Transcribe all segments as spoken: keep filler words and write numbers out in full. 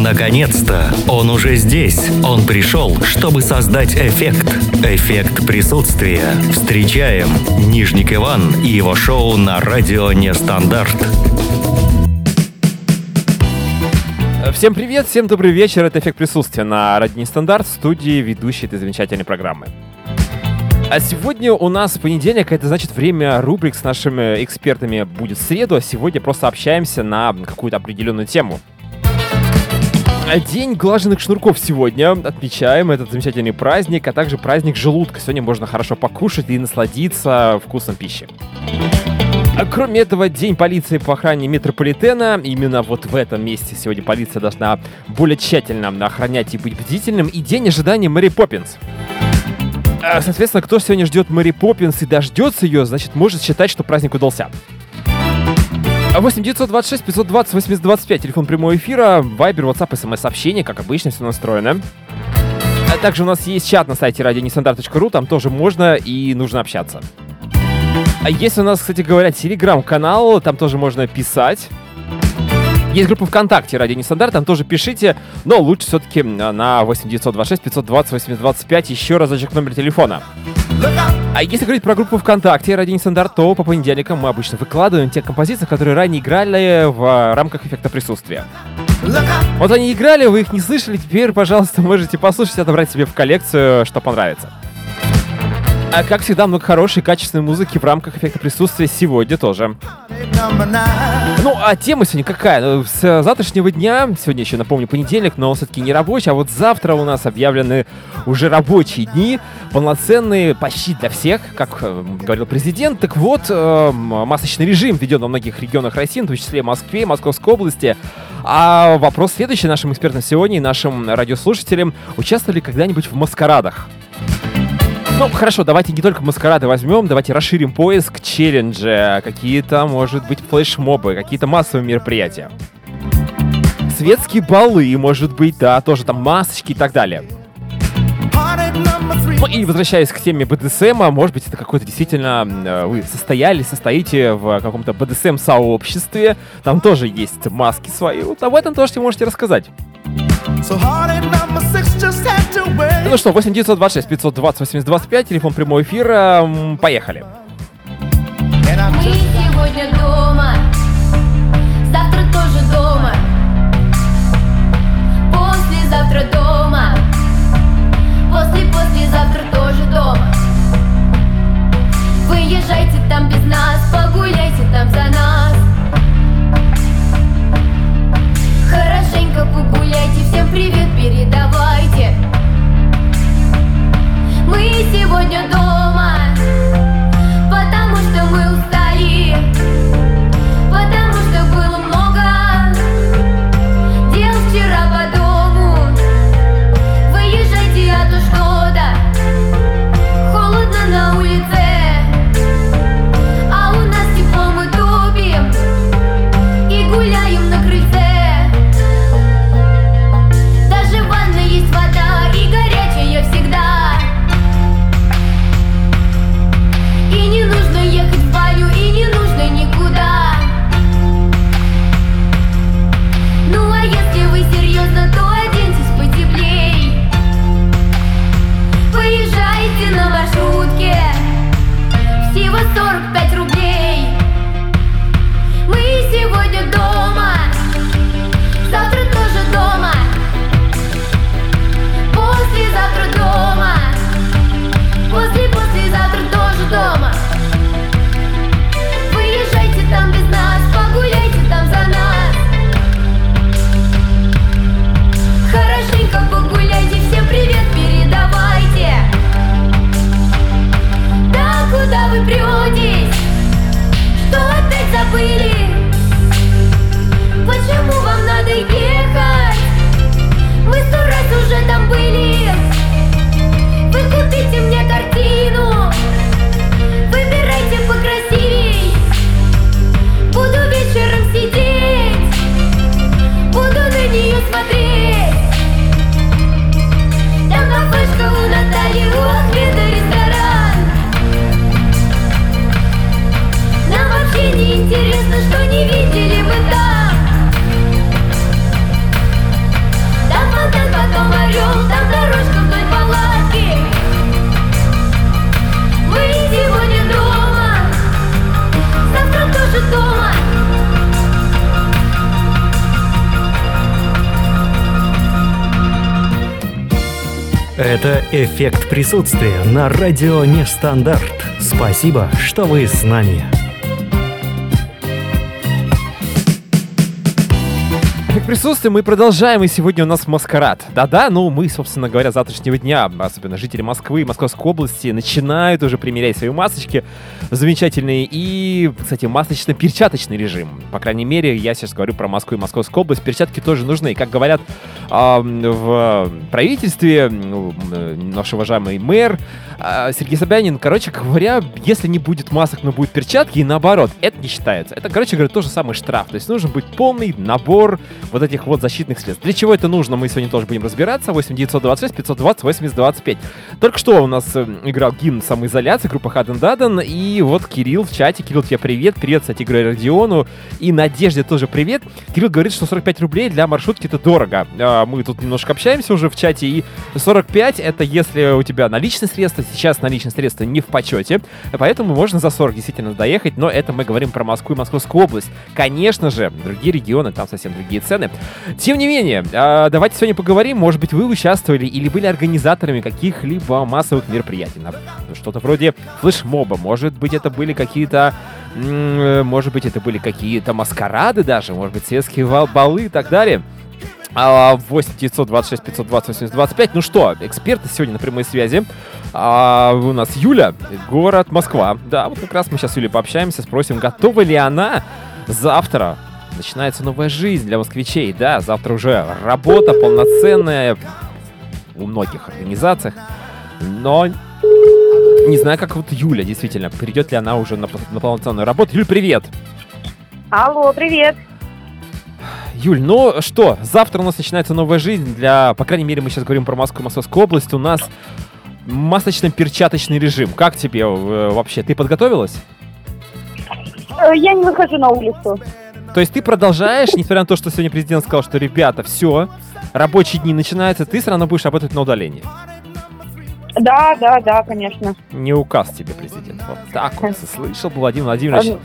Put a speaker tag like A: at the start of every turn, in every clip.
A: Наконец-то! Он уже здесь. Он пришел, чтобы создать эффект. Эффект присутствия. Встречаем Нижник Иван и его шоу на радио Нестандарт.
B: Всем привет, всем добрый вечер. Это «Эффект присутствия» на радио Нестандарт, в студии ведущей этой замечательной программы. А сегодня у нас понедельник, это значит время рубрик с нашими экспертами будет в среду, а сегодня просто общаемся на какую-то определенную тему. День глаженных шнурков сегодня отмечаем, этот замечательный праздник, а также праздник желудка. Сегодня можно хорошо покушать и насладиться вкусом пищи. А кроме этого, день полиции по охране метрополитена. Именно вот в этом месте сегодня полиция должна более тщательно охранять и быть бдительным. И день ожидания Мэри Поппинс. Соответственно, кто сегодня ждет Мэри Поппинс и дождется ее, значит, может считать, что праздник удался. восемь девятьсот двадцать шесть пятьсот двадцать восемьдесят двадцать пять, телефон прямого эфира, вайбер, ватсап, смс-сообщение, как обычно, все настроено. А также у нас есть чат на сайте радио нестандарт точка ру, там тоже можно и нужно общаться. А есть у нас, кстати говоря, телеграм-канал, там тоже можно писать. Есть группа ВКонтакте «Радио Нестандарт», там тоже пишите, но лучше все-таки на восемь девятьсот двадцать шесть пятьсот двадцать восемьдесят двадцать пять, еще разочек номер телефона. А если говорить про группу ВКонтакте «Радио Нестандарт», то по понедельникам мы обычно выкладываем те композиции, которые ранее играли в рамках эффекта присутствия. Вот они играли, вы их не слышали, теперь, пожалуйста, можете послушать, отобрать себе в коллекцию, что понравится. А как всегда, много хорошей, качественной музыки в рамках эффекта присутствия сегодня тоже. Ну, а тема сегодня какая? Ну, с завтрашнего дня, сегодня еще, напомню, понедельник, но он все-таки не рабочий, а вот завтра у нас объявлены уже рабочие дни, полноценные почти для всех, как э, говорил президент. Так вот, э, масочный режим введен во многих регионах России, в том числе в Москве, Московской области. А вопрос следующий нашим экспертам сегодня и нашим радиослушателям: участвовали когда-нибудь в маскарадах? Ну, хорошо, давайте не только маскарады возьмем, давайте расширим поиск, челленджи, какие-то, может быть, флешмобы, какие-то массовые мероприятия. Светские балы, может быть, да, тоже там масочки и так далее. Ну и возвращаясь к теме бэ дэ эс эм, может быть, это какое-то действительно вы состояли, состоите в каком-то бэ дэ эс эм-сообществе, там тоже есть маски свои, вот об этом тоже можете рассказать. Ну что, восемь девятьсот двадцать шесть пятьсот двадцать восемьдесят двадцать пять, телефон прямого эфира, поехали.
C: Мы сегодня дома, завтра тоже дома, послезавтра дома, после-послезавтра тоже дома. Выезжайте там без нас, погуляйте там за нас. Хорошенько погуляйте, всем привет передавайте. Мы сегодня дома, потому что мы устали, потому что было много
A: Это «Эффект присутствия» на радио Нестандарт. Спасибо, что вы с нами.
B: Присутствие мы продолжаем, и сегодня у нас маскарад. Да-да, ну мы, собственно говоря, с завтрашнего дня, особенно жители Москвы и Московской области, начинают уже примерять свои масочки замечательные. И, кстати, масочно-перчаточный режим. По крайней мере, я сейчас говорю про Москву и Московскую область. Перчатки тоже нужны. Как говорят э, в правительстве, э, наш уважаемый мэр э, Сергей Собянин, короче говоря, если не будет масок, но будут перчатки, и наоборот, это не считается. Это, короче говоря, тоже самый штраф. То есть нужен быть полный набор вот этих вот защитных средств. Для чего это нужно, мы сегодня тоже будем разбираться. восемь девятьсот двадцать шесть пятьсот двадцать восемьдесят двадцать пять. Только что у нас э, играл гимн самоизоляции, группа Хаден Даден, и вот Кирилл в чате. Кирилл, тебе привет. Привет, кстати, играю Родиону. И Надежде тоже привет. Кирилл говорит, что сорок пять рублей для маршрутки это дорого. А, мы тут немножко общаемся уже в чате, и сорок пять это если у тебя наличные средства. Сейчас наличные средства не в почете, поэтому можно за сорок действительно доехать, но это мы говорим про Москву и Московскую область. Конечно же, другие регионы, там совсем другие цены. Тем не менее, давайте сегодня поговорим. Может быть, вы участвовали или были организаторами каких-либо массовых мероприятий. Что-то вроде флешмоба. Может быть, это были какие-то... Может быть, это были какие-то маскарады даже. Может быть, светские балы и так далее. восемь девятьсот двадцать шесть пятьсот двадцать восемьдесят двадцать пять. Ну что, эксперты сегодня на прямой связи. А, у нас Юля, город Москва. Да, вот как раз мы сейчас с Юлей пообщаемся, спросим, готова ли она завтра. Начинается новая жизнь для москвичей. Да, завтра уже работа полноценная у многих организациях. Но не знаю, как вот Юля, действительно, придет ли она уже на, на полноценную работу. Юль, привет!
D: Алло, привет!
B: Юль, ну что, завтра у нас начинается новая жизнь для, по крайней мере, мы сейчас говорим про Москву и Московскую область. У нас масочно-перчаточный режим. Как тебе э, вообще? Ты подготовилась?
D: Я не выхожу на улицу.
B: То есть ты продолжаешь, несмотря на то, что сегодня президент сказал, что, ребята, все, рабочие дни начинаются, ты все равно будешь работать на удалении?
D: Да, да, да, конечно.
B: Не указ тебе, президент. Вот так вот слышал, Владимир Владимирович.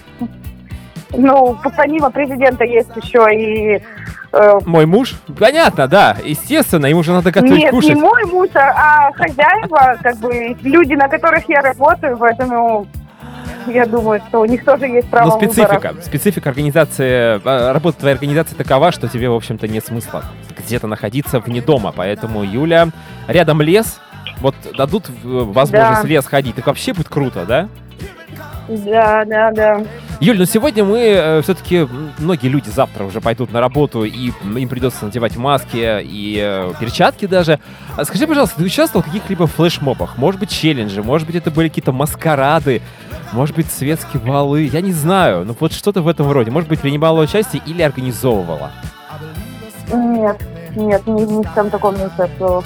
D: Ну, помимо президента есть еще и... Э...
B: Мой муж? Понятно, да. Естественно, ему же надо готовить
D: Нет,
B: кушать.
D: не мой муж, а хозяева, как бы люди, на которых я работаю, поэтому... Я думаю, что у них тоже есть право
B: выбора. Но специфика,
D: выбора.
B: специфика организации, работа твоей организации такова, что тебе, в общем-то, нет смысла где-то находиться вне дома. Поэтому, Юля, рядом лес, вот дадут возможность
D: Да.
B: в лес ходить, так вообще будет круто, да?
D: Да, да, да.
B: Юль, ну сегодня мы э, все-таки, многие люди завтра уже пойдут на работу, и им придется надевать маски и э, перчатки даже. А скажи, пожалуйста, ты участвовал в каких-либо флешмобах? Может быть, челленджи, может быть, это были какие-то маскарады, может быть, светские балы, я не знаю. Ну вот что-то в этом роде. Может быть, принимала участие или организовывала?
D: Нет, нет, ни, ни в чем таком не участвовала.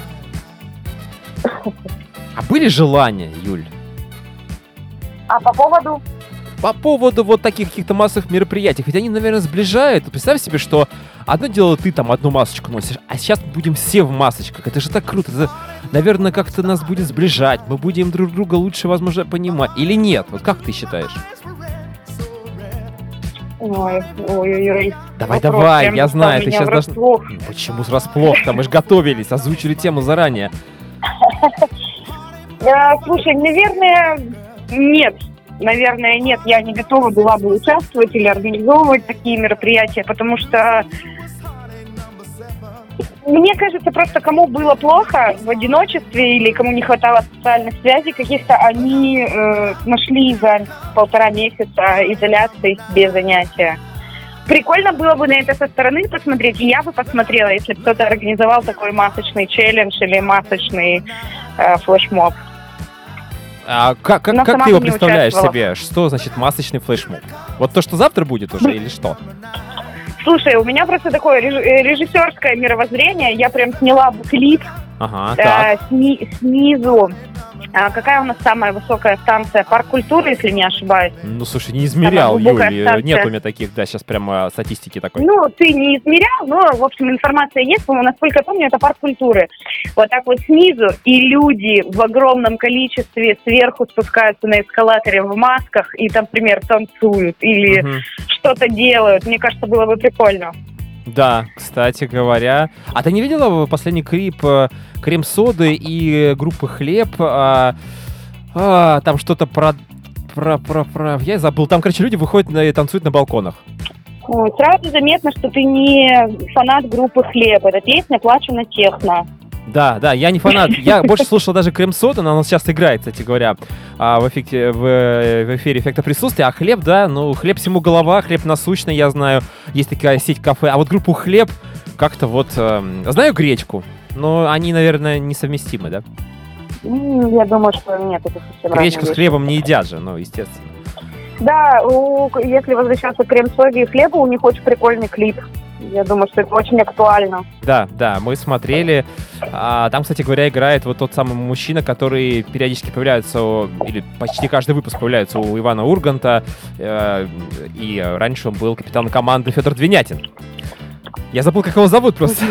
B: А были желания, Юль?
D: А по поводу...
B: По поводу вот таких каких-то массовых мероприятий, ведь они, наверное, сближают. Представь себе, что одно дело ты там одну масочку носишь, а сейчас мы будем все в масочках. Это же так круто. Это, наверное, как-то нас будет сближать. Мы будем друг друга лучше, возможно, понимать. Или нет? Вот как ты считаешь?
D: Ой, ой-ой-ой.
B: Давай,
D: Вопрос
B: давай,
D: прям
B: я
D: застал
B: знаю, ты
D: меня
B: сейчас даже...
D: врасплох.
B: Ну, почему врасплох-то? Мы же готовились, озвучили тему заранее.
D: Слушай, наверное, нет. Наверное, нет, я не готова была бы участвовать или организовывать такие мероприятия, потому что мне кажется, просто кому было плохо в одиночестве или кому не хватало социальных связей каких-то, они э, нашли за полтора месяца изоляции себе занятия. Прикольно было бы на это со стороны посмотреть, и я бы посмотрела, если бы кто-то организовал такой масочный челлендж или масочный э, флешмоб.
B: А как, как, как ты его представляешь себе? Что значит масочный флешмоб? Вот то, что завтра будет уже, или что?
D: Слушай, у меня просто такое режиссерское мировоззрение. Я прям сняла клип
B: ага,
D: э, сни- снизу. А какая у нас самая высокая станция? Парк культуры, если не ошибаюсь.
B: Ну, слушай, не измерял, Юль.
D: Станция.
B: Нет у меня таких, да, сейчас прямо статистики такой.
D: Ну, ты не измерял, но, в общем, информация есть. По-моему, насколько я помню, это парк культуры. Вот так вот снизу, и люди в огромном количестве сверху спускаются на эскалаторе в масках и там, например, танцуют или угу. что-то делают. Мне кажется, было бы прикольно.
B: Да, кстати говоря. А ты не видела последний клип э, Крем-соды и группы Хлеб? А, а, там что-то про, про, про, про... Я забыл. Там, короче, люди выходят на- и танцуют на балконах.
D: Ой, сразу заметно, что ты не фанат группы «Хлеб». Эта песня «Плачу на техно».
B: Да, да, я не фанат. Я больше слушал даже Крем-сода, но он сейчас играет, кстати говоря, а, в, эффекте, в, в эфире «Эффекта присутствия». А Хлеб, да, ну, Хлеб всему голова, Хлеб насущный, я знаю. Есть такая сеть кафе. А вот группу Хлеб как-то вот... э, знаю Гречку, но они, наверное, несовместимы, да?
D: М, Я думаю, что нет, это совсем разные
B: Гречку с
D: вещи.
B: хлебом не едят же, ну, естественно.
D: Да, у- если возвращаться к Крем-соде и «Хлебу», у них очень прикольный клип. Я думаю, что это очень актуально.
B: Да, да, мы смотрели. А, там, кстати говоря, играет вот тот самый мужчина, который периодически появляется, у- или почти каждый выпуск появляется у Ивана Урганта. Э, и раньше он был капитаном команды Федор Двинятин. Я забыл, как его зовут просто.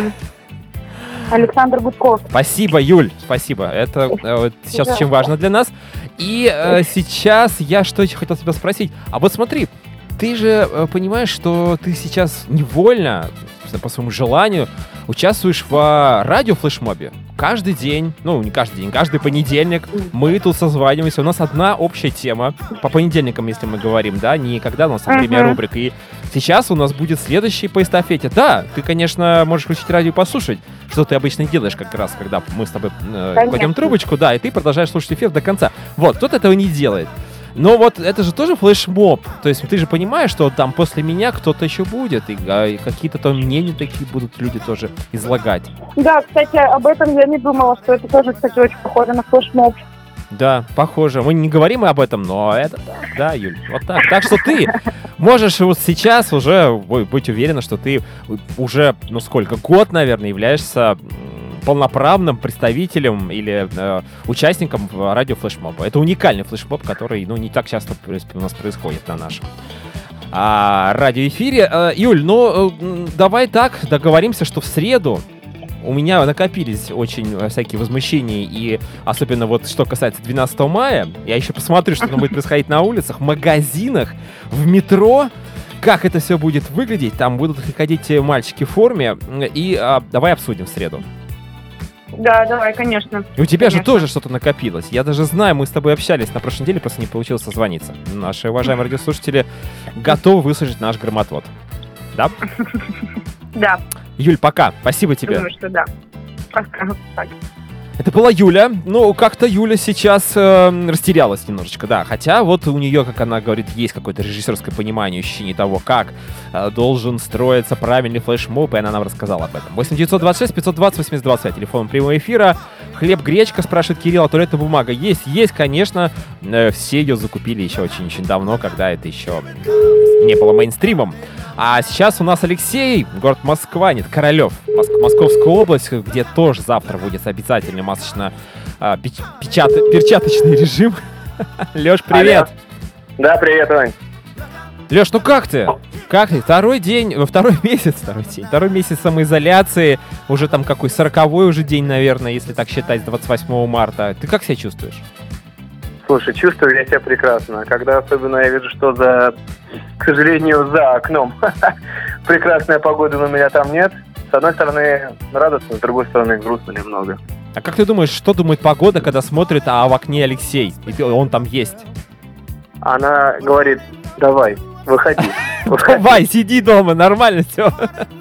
D: Александр Гудков.
B: Спасибо, Юль, спасибо. Это э, вот сейчас
D: Да.
B: очень важно для нас. И э, сейчас я что еще хотел тебя спросить. А вот смотри, ты же э, понимаешь, что ты сейчас невольно, собственно, по своему желанию, участвуешь в э, радиофлешмобе. Каждый день, ну не каждый день, каждый понедельник мы тут созваниваемся. У нас одна общая тема по понедельникам, если мы говорим, да, не когда у нас там время
D: Мгм.
B: рубрик. И сейчас у нас будет следующий по эстафете. Да, ты, конечно, можешь включить радио и послушать, что ты обычно делаешь как раз, когда мы с тобой э,
D: Конечно.
B: кладем трубочку, да, и ты продолжаешь слушать эфир до конца. Вот, кто-то этого не делает. Но вот это же тоже флешмоб. То есть ты же понимаешь, что там после меня кто-то еще будет, и, а, и какие-то там мнения такие будут люди тоже излагать.
D: Да, кстати, об этом я не думала, что это тоже, кстати, очень похоже на флешмоб.
B: Да, похоже. Мы не говорим об этом, но это да, да, Юль, вот так. Так что ты можешь вот сейчас уже ой, быть уверена, что ты уже, ну сколько, год, наверное, являешься м, полноправным представителем или э, участником в радиофлешмоба. Это уникальный флешмоб, который, ну, не так часто, в принципе, у нас происходит на нашем а, радиоэфире. Э, Юль, ну, э, м, давай так договоримся, что в среду у меня накопились очень э, всякие возмущения, и особенно вот что касается двенадцатого мая, я еще посмотрю, что там будет происходить на улицах, в магазинах, в метро, как это все будет выглядеть, там будут ходить мальчики в форме, и а, давай обсудим в среду.
D: Да, давай, конечно.
B: И у тебя же
D: Конечно.
B: тоже что-то накопилось. Я даже знаю, мы с тобой общались на прошлой неделе, просто не получилось созвониться. Наши уважаемые радиослушатели готовы выслушать наш громотвод. Да?
D: Да,
B: Юль, пока. Спасибо тебе.
D: думаю, что да. Пока. Так.
B: Это была Юля. Ну, как-то Юля сейчас э, растерялась немножечко, да. Хотя вот у нее, как она говорит, есть какое-то режиссерское понимание, ощущение того, как э, должен строиться правильный флешмоб, и она нам рассказала об этом. восемь девятьсот двадцать шесть пятьсот двадцать восемьдесят двадцать пять, телефон прямого эфира. Хлеб, гречка, спрашивает Кирилл, а туалетная бумага есть? Есть, конечно. Э, все ее закупили еще очень-очень давно, когда это еще не было мейнстримом. А сейчас у нас Алексей, город Москва, нет, Королев, Моск- Московская область, где тоже завтра будет обязательно масочно а, печ- печат- перчаточный режим. Леш, привет!
E: Да, привет, Вань.
B: Леш, ну как ты? Как ты? Второй день, во второй месяц, второй день, второй месяц самоизоляции, уже там какой, сороковой уже день, наверное, если так считать, с двадцать восьмого марта. Ты как себя чувствуешь?
E: Слушай, чувствую я себя прекрасно. Когда особенно я вижу, что за, к сожалению, за окном прекрасная погода, но меня там нет. С одной стороны радостно, с другой стороны грустно немного.
B: А как ты думаешь, что думает погода, когда смотрит, а в окне Алексей, и он там есть?
E: Она говорит, давай, выходи. выходи.
B: Давай, сиди дома, нормально все.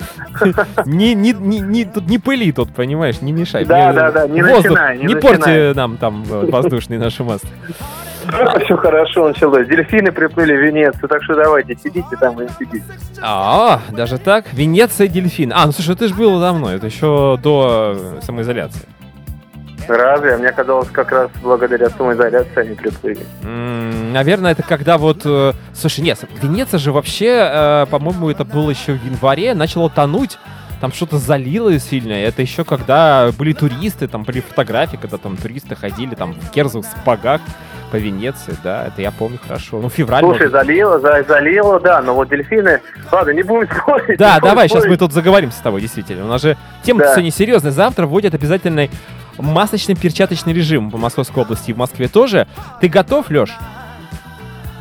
B: Не, не, не, не, тут не пыли тут, понимаешь, не мешай.
E: Да,
B: Мне
E: да, да, не
B: воздух,
E: начинай, не
B: не
E: начинай.
B: порти нам там э, воздушный наши массы.
E: Все хорошо началось. Дельфины приплыли в Венецию, так что давайте, сидите там и сидите.
B: А, даже так? Венеция, дельфин. А, ну слушай, ты же был давно, это еще до э, самоизоляции.
E: Разве? Мне казалось, как раз благодаря самоизоляции они приплыли.
B: М, Наверное, это когда вот... э, Слушай, нет, Венеция же вообще, э, по-моему, это было еще в январе, начало тонуть. Там что-то залило сильно. Это еще когда были туристы, там были фотографии, когда там туристы ходили там в керзовых сапогах по Венеции, да, это я помню хорошо. Ну, февраль.
E: Слушай,
B: может.
E: залило, за, залило, да, но вот дельфины... Ладно, не будем спорить.
B: Да,
E: не будем
B: давай, сейчас
E: спорить.
B: мы тут заговоримся с тобой, действительно. У нас же тема
E: Да.
B: сегодня серьезная. Завтра вводят обязательный масочный перчаточный режим по Московской области и в Москве тоже. Ты готов, Леш?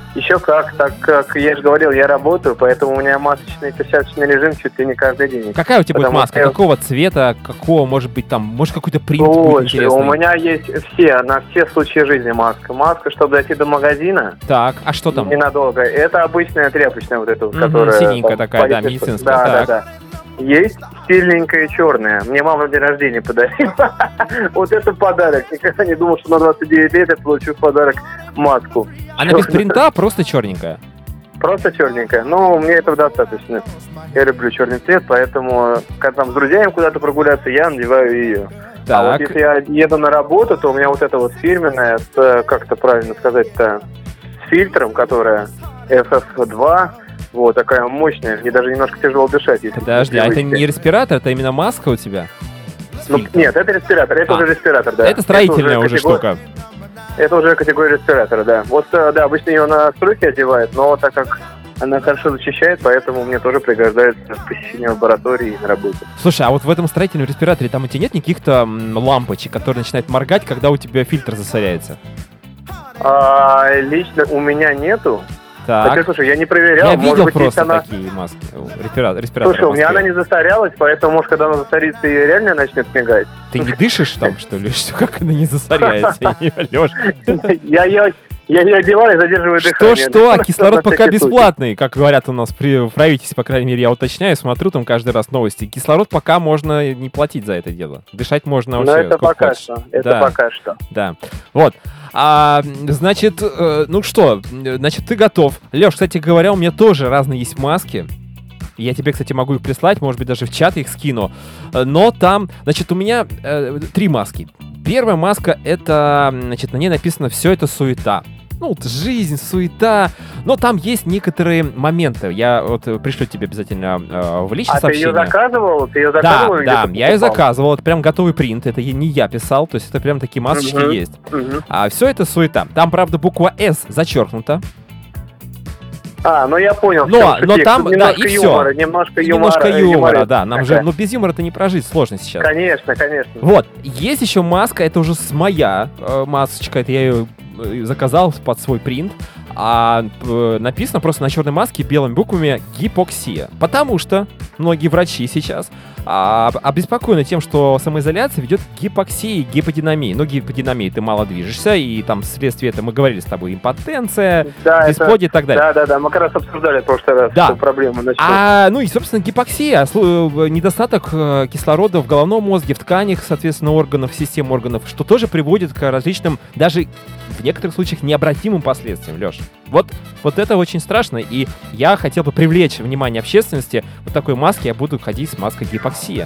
E: Еще как, так как я же говорил, я работаю, поэтому у меня масочный перчаточный режим чуть ли не каждый день.
B: Какая у тебя будет
E: Потому
B: маска?
E: что я-
B: Какого цвета? Какого, может быть, там, может, какой-то принт будет
E: Слушай,
B: интересный?
E: у меня есть все, на все случаи жизни маска. Маска, чтобы дойти до магазина,
B: Так, а что там?
E: ненадолго. Это обычная тряпочная вот эта вот,
B: Мгм,
E: которая...
B: синенькая
E: там,
B: такая, да,
E: полицейская.
B: медицинская,
E: Да,
B: так.
E: да, да. Есть стильненькая черная. Мне мама на день рождения подарила. Вот это подарок. Никогда не думал, что на двадцать девять лет я получу в подарок маску.
B: Она без принта, просто черненькая.
E: Просто черненькая. Ну, мне этого достаточно. Я люблю черный цвет, поэтому, когда там с друзьями куда-то прогуляться, я надеваю ее. А вот
B: Так,
E: если я еду на работу, то у меня вот эта вот фирменная, с, э, как это правильно сказать-то, с фильтром, которая эф эф два, вот, такая мощная, мне даже немножко тяжело дышать. Если
B: подожди, а это
E: привычки.
B: не респиратор, это именно маска у тебя? С
E: Ну,
B: фильтром?
E: нет, это респиратор, это
B: А.
E: уже респиратор, да.
B: Это строительная
E: Это
B: уже
E: категория-
B: штука.
E: Это уже категория респиратора, да. Вот, э, да, обычно ее на стройке одевают, но так как она хорошо защищает, поэтому мне тоже пригождается посещение лаборатории и на работе.
B: Слушай, а вот в этом строительном респираторе там у тебя нет никаких-то м, лампочек, которые начинают моргать, когда у тебя фильтр засоряется?
E: А, лично у меня нету. Хотя,
B: Так,
E: слушай, я не проверял,
B: я
E: может
B: видел
E: быть,
B: просто
E: если она...
B: такие маски, о, респира- респираторы.
E: Слушай, у
B: в
E: меня
B: Москве.
E: она не засорялась, поэтому, может, когда она засорится, ее реально начнет мигать.
B: Ты не дышишь там, что ли? Что, как она не засоряется? Лёш,
E: Я ее я ее одеваю и задерживаю дыхание.
B: что-что, а кислород
E: На
B: пока
E: всякий случай.
B: бесплатный, как говорят у нас при в правительстве, по крайней мере, я уточняю, смотрю там каждый раз новости. Кислород пока можно не платить за это дело. Дышать можно
E: Но
B: вообще
E: это
B: сколько
E: пока
B: хочешь.
E: что. Это
B: Да.
E: пока что.
B: Да, вот. А, значит, э, ну что, э, значит, ты готов. Лёш, кстати говоря, у меня тоже разные есть маски. Я тебе, кстати, могу их прислать, может быть, даже в чат их скину. Э, Но там, значит, у меня э, три маски. Первая маска, это, значит, на ней написано «Все это суета». Ну, вот жизнь, суета. Но там есть некоторые моменты. Я вот э, пришлю тебе обязательно э, в личное
E: А ты ее
B: сообщение.
E: заказывал? Ты ее
B: Да,
E: заказывал? или
B: да,
E: где-то
B: я ее
E: покупал?
B: заказывал. Это прям готовый принт. Это я- не я писал. То есть это прям такие масочки
E: Мгм.
B: есть.
E: Мгм.
B: А все это суета. Там, правда, буква «С» зачеркнута.
E: А, ну я понял. в
B: Но-
E: чем
B: но
E: шутик.
B: там, да,
E: немножко
B: и всё.
E: юмора, немножко юмора.
B: Немножко
E: э,
B: юмора,
E: юмореск
B: да. Нам же,
E: такая.
B: ну, без юмора-то не прожить, сложно сейчас.
E: Конечно, конечно.
B: Вот, есть еще маска, это уже с моя э, масочка, это я ее э, заказал под свой принт. А э, написано просто на черной маске белыми буквами «гипоксия». Потому что многие врачи сейчас а, обеспокоены тем, что самоизоляция ведет к гипоксии, гиподинамии. Ну, гиподинамии ты мало движешься, и там вследствие этого мы говорили с тобой импотенция,
E: Да, это...
B: дисплодия и так далее.
E: Да, да, да, мы как раз обсуждали в прошлый раз
B: Да.
E: эту проблему. Значит,
B: А, ну и, собственно, гипоксия, слу- э, недостаток э, кислорода в головном мозге, в тканях, соответственно, органов, систем органов, что тоже приводит к различным, даже в некоторых случаях, необратимым последствиям, Леш. Вот, вот это очень страшно, и я хотел бы привлечь внимание общественности. Вот такой маски я буду ходить с маской гипоксия.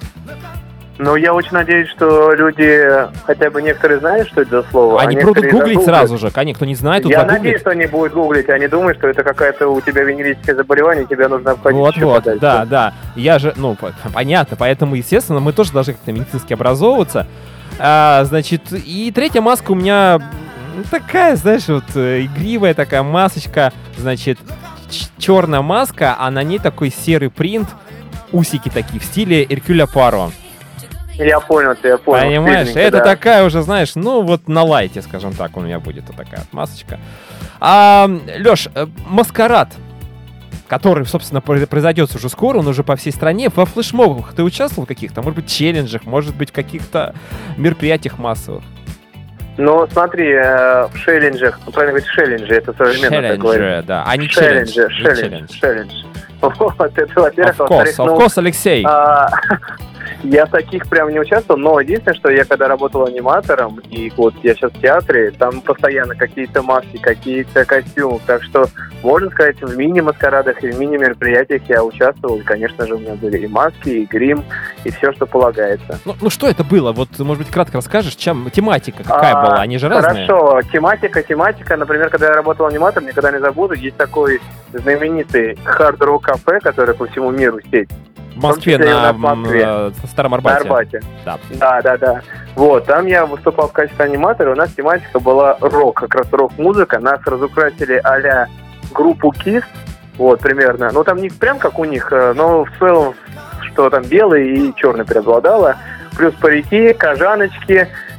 E: Ну, я очень надеюсь, что люди, хотя бы некоторые знают, что это за слово.
B: Они
E: а
B: будут
E: некоторые
B: гуглить
E: загуглят.
B: сразу же, конечно, кто не знает, тут
E: Я
B: загуглит.
E: надеюсь, что они будут гуглить, а не думают, что это какая-то у тебя венерическое заболевание, тебе нужно обходить
B: Вот,
E: еще
B: вот,
E: подальше.
B: да, да. Я же, ну, по- понятно, поэтому, естественно, мы тоже должны как-то медицински образовываться. А, значит, и третья маска у меня м, такая, знаешь, вот э, игривая такая масочка, значит, черная маска, а на ней такой серый принт, усики такие в стиле Эркюля Паро.
E: Я понял тебя, я понял.
B: Понимаешь,
E: стильненько,
B: это
E: да.
B: такая уже, знаешь, ну вот на лайте, скажем так, у меня будет вот такая вот масочка. А, Леш, э, маскарад, который, собственно, про- произойдет уже скоро, он уже по всей стране. Во флешмобах ты участвовал в каких-то, может быть, челленджах, может быть, каких-то мероприятиях массовых?
E: Ну, смотри, э, в челленджах, ну, правильно говорить, челленджи, это современно так говорить.
B: Челленджи, да, а не челлендж.
E: Челленджи,
B: не
E: челлендж,
B: челлендж.
E: челлендж. Вот, это, во-первых,
B: Of
E: во-вторых,
B: course, of
E: ну,
B: course, Алексей.
E: а, я в таких прям не участвовал, но единственное, что я когда работал аниматором, и вот я сейчас в театре, там постоянно какие-то маски, какие-то костюмы, так что, можно сказать, в мини-маскарадах и в мини-мероприятиях я участвовал, и, конечно же, у меня были и маски, и грим, и все, что полагается.
B: Ну, ну что это было? Вот, может быть, кратко расскажешь, чем тематика какая
E: А,
B: была? Они же разные.
E: Хорошо, тематика, тематика. Например, когда я работал аниматором, никогда не забуду, есть такой знаменитый хард-рок кафе, который по всему миру сеть.
B: В Москве,
E: в том числе и у
B: на,
E: нас в Москве.
B: м, э, Старом
E: На
B: Арбате.
E: Арбате.
B: Да.
E: Да, да, да. Вот, там я выступал в качестве аниматора, у нас тематика была рок, как раз рок-музыка. Нас разукрасили а-ля группу Kiss, вот, примерно. Ну, там не прям как у них, э, но в целом, что там белый и черный преобладало. Плюс парики, кожаночки,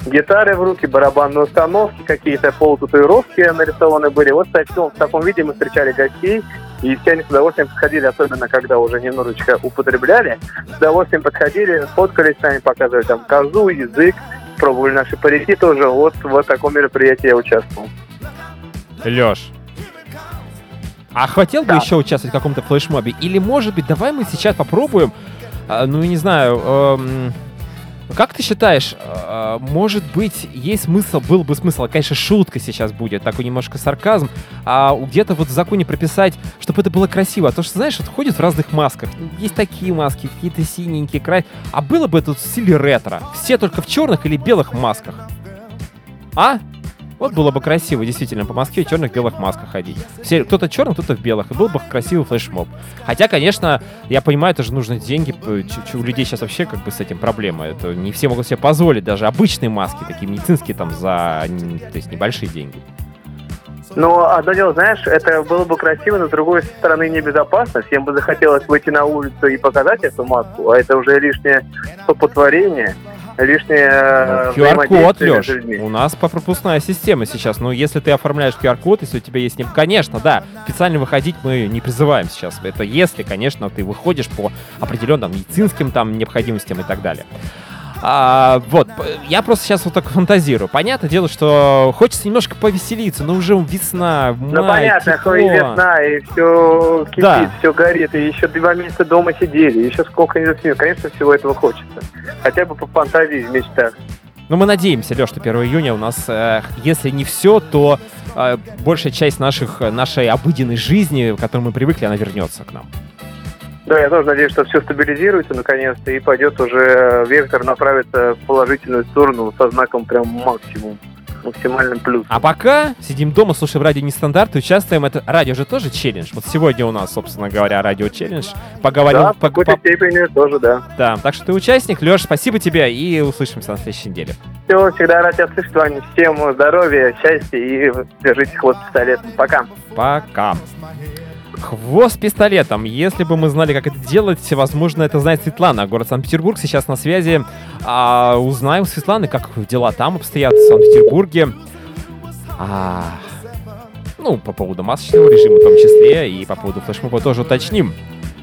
E: гитары в руки, барабанные установки, какие-то полутатуировки нарисованы были. Вот в таком, в таком виде мы встречали гостей, и все они с удовольствием подходили, особенно когда уже немножечко употребляли, с удовольствием подходили, фоткались с нами, показывали там козу, язык, пробовали наши парики тоже. Вот в таком мероприятии я участвовал.
B: Лёш, а хотел бы
E: Да.
B: еще участвовать в каком-то флешмобе? Или, может быть, давай мы сейчас попробуем, а, ну, не знаю, эм, как ты считаешь, э, может быть, есть смысл, был бы смысл, конечно, шутка сейчас будет, такой немножко сарказм, а где-то вот в законе прописать, чтобы это было красиво. А то, что, знаешь, вот ходят в разных масках. Есть такие маски, какие-то синенькие, край. А было бы это в стиле ретро. Все только в черных или белых масках. А? Вот было бы красиво, действительно, по Москве в черных-белых масках ходить. Все, кто-то черный, кто-то в белых. И был бы красивый флешмоб. Хотя, конечно, я понимаю, это же нужны деньги. Ч- ч- у людей сейчас вообще как бы с этим проблема. Это не все могут себе позволить даже обычные маски, такие медицинские, там, за н- то есть небольшие деньги.
E: Но одно дело, знаешь, это было бы красиво, но с другой стороны небезопасно. Всем бы захотелось выйти на улицу и показать эту маску, а это уже лишнее стопотворение, лишнее э,
B: ку ар-код,
E: взаимодействие
B: Леш,
E: между людьми.
B: у нас по пропускная система сейчас. Но если ты оформляешь ку ар-код, если у тебя есть... не- Конечно, да, специально выходить мы не призываем сейчас. Это если, конечно, ты выходишь по определенным медицинским там необходимостям и так далее. А, вот, п- я просто сейчас вот так фантазирую. Понятное дело, что хочется немножко повеселиться, но уже весна, май,
E: Ну понятно,
B: тепло.
E: что и весна, и все кипит,
B: Да.
E: все горит, и еще два месяца дома сидели, еще сколько не засмею. Конечно, всего этого хочется. Хотя бы по фантазии в мечтах.
B: Ну, мы надеемся, Леш, что первого июня у нас, э, если не все, то э, большая часть наших, нашей обыденной жизни, к которой мы привыкли, она вернется к нам.
E: Да, я тоже надеюсь, что все стабилизируется наконец-то и пойдет уже вектор направится в положительную сторону со знаком прям максимум, максимальным плюсом.
B: А пока сидим дома, слушаем радио Нестандарт и участвуем. Это радио же тоже челлендж. Вот сегодня у нас, собственно говоря, радио челлендж. Поговорим.
E: Да, в
B: по-
E: какой-то
B: по-
E: степени тоже, да.
B: да, так что ты участник. Леш, спасибо тебе и услышимся на следующей неделе.
E: Все, всегда рад тебя слышать, Ваня. Всем здоровья, счастья и держите хвост пистолетом. Пока.
B: Пока. Хвост пистолетом. Если бы мы знали, как это делать, возможно, это знает Светлана. Город Санкт-Петербург сейчас на связи. А, узнаем у Светланы, как дела там обстоят в Санкт-Петербурге. А, ну, по поводу масочного режима в том числе, и по поводу флешмоба тоже уточним.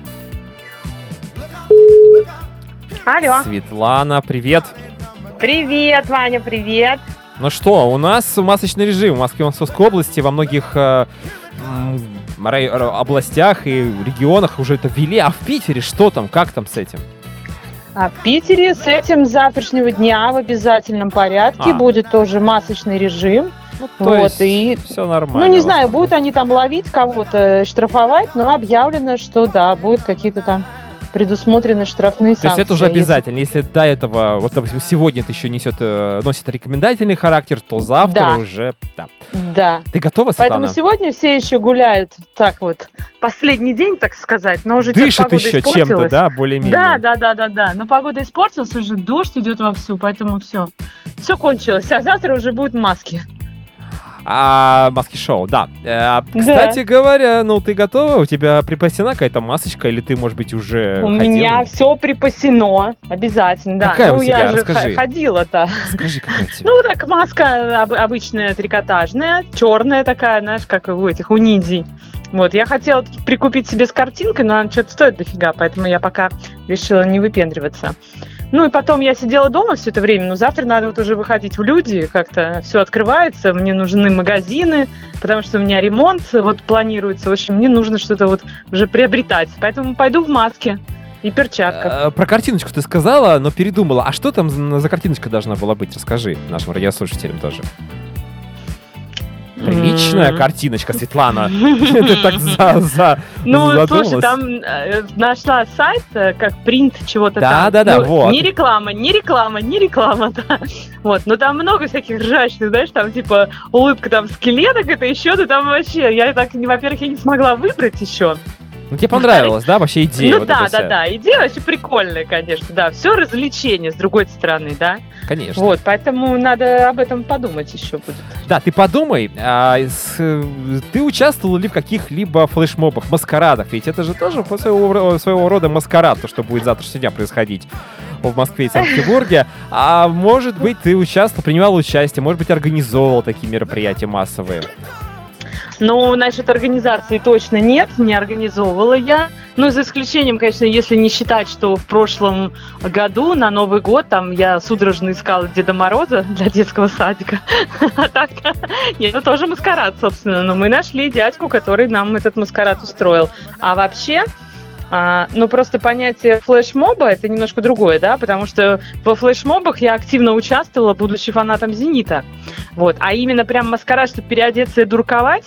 D: Алло.
B: Светлана, привет.
D: Привет, Ваня, привет.
B: Ну что, у нас масочный режим в Москве, Московской области, во многих э, м, рай- р- областях и регионах уже это ввели. А в Питере что там, как там с этим?
F: А в Питере с этим с завтрашнего дня в обязательном порядке
B: А.
F: будет тоже масочный режим.
B: Ну, то
F: Вот,
B: есть
F: и-
B: все нормально.
F: Ну, не
B: в
F: знаю,
B: основном.
F: будут они там ловить кого-то, штрафовать, но объявлено, что да, будут какие-то там предусмотрены штрафные
B: То
F: санкции.
B: есть это уже
F: если-
B: обязательно. Если до этого, вот, допустим, сегодня это еще несет, э, носит рекомендательный характер, то завтра
F: Да.
B: уже... Да.
F: Да.
B: Ты готова,
F: Поэтому
B: Светлана?
F: сегодня все еще гуляют так вот, последний день, так сказать, но уже чё-то
B: Дышит
F: погода
B: еще чем-то,
F: испортилась.
B: да, более-менее?
F: Да, да, да, да, да. Но погода испортилась, уже дождь идет вовсю, поэтому все. Все кончилось. А завтра уже будут маски.
B: А, маски-шоу, да. Э, Кстати говоря, ну ты готова? У тебя припасена какая-то масочка, или ты, может быть, уже
F: У
B: ходила?
F: меня все припасено, обязательно, да.
B: Какая
F: ну,
B: у тебя?
F: я же
B: Расскажи.
F: х- ходила-то.
B: Скажи, какая у тебя?
F: Ну, так, маска об- обычная трикотажная, черная такая, знаешь, как у этих, у ниндзей. Вот, я хотела прикупить себе с картинкой, но она что-то стоит дофига, поэтому я пока решила не выпендриваться. Ну и потом я сидела дома все это время, но завтра надо вот уже выходить в люди, как-то все открывается, мне нужны магазины, потому что у меня ремонт вот планируется, в общем, мне нужно что-то вот уже приобретать, поэтому пойду в маске и перчатках.
B: Э, Про картиночку ты сказала, но передумала. А что там за за картиночка должна была быть? Расскажи нашим радиослушателям тоже. Приличная
F: М.
B: картиночка, Светлана. Ты так за, за
F: Ну,
B: задумалась.
F: слушай, там э, нашла сайт, э, как принт чего-то
B: Да,
F: там.
B: да, да,
F: Ну,
B: вот.
F: Не реклама, не реклама, не реклама, да. Вот, но там много всяких ржачных, знаешь, там типа улыбка там скелеток, это еще, да там вообще, я так, не- во-первых, я не смогла выбрать еще.
B: Ну, тебе понравилась, да, вообще идея?
F: Ну
B: вот
F: да,
B: эта
F: да,
B: вся?
F: да, идея вообще прикольная, конечно, да, все развлечение с другой стороны, да.
B: Конечно.
F: Вот, поэтому надо об этом подумать еще будет.
B: Да, ты подумай, а, с- э, ты участвовал ли в каких-либо флешмобах, маскарадах? Ведь это же тоже своего, ро- своего рода маскарад, то, что будет завтрашнего дня происходить. в Москве и Санкт-Петербурге. А может быть, ты участвовал, принимал участие, может быть, организовывал такие мероприятия массовые?
F: Ну, насчет организации точно нет, не организовывала я. Ну, за исключением, конечно, если не считать, что в прошлом году на Новый год там я судорожно искала Деда Мороза для детского садика. А так, это тоже маскарад, собственно. Но мы нашли дядьку, который нам этот маскарад устроил. А вообще... А, ну, просто понятие флешмоба – это немножко другое, да, потому что во флешмобах я активно участвовала, будучи фанатом «Зенита». Вот. А именно прям маскарад, чтобы переодеться и дурковать,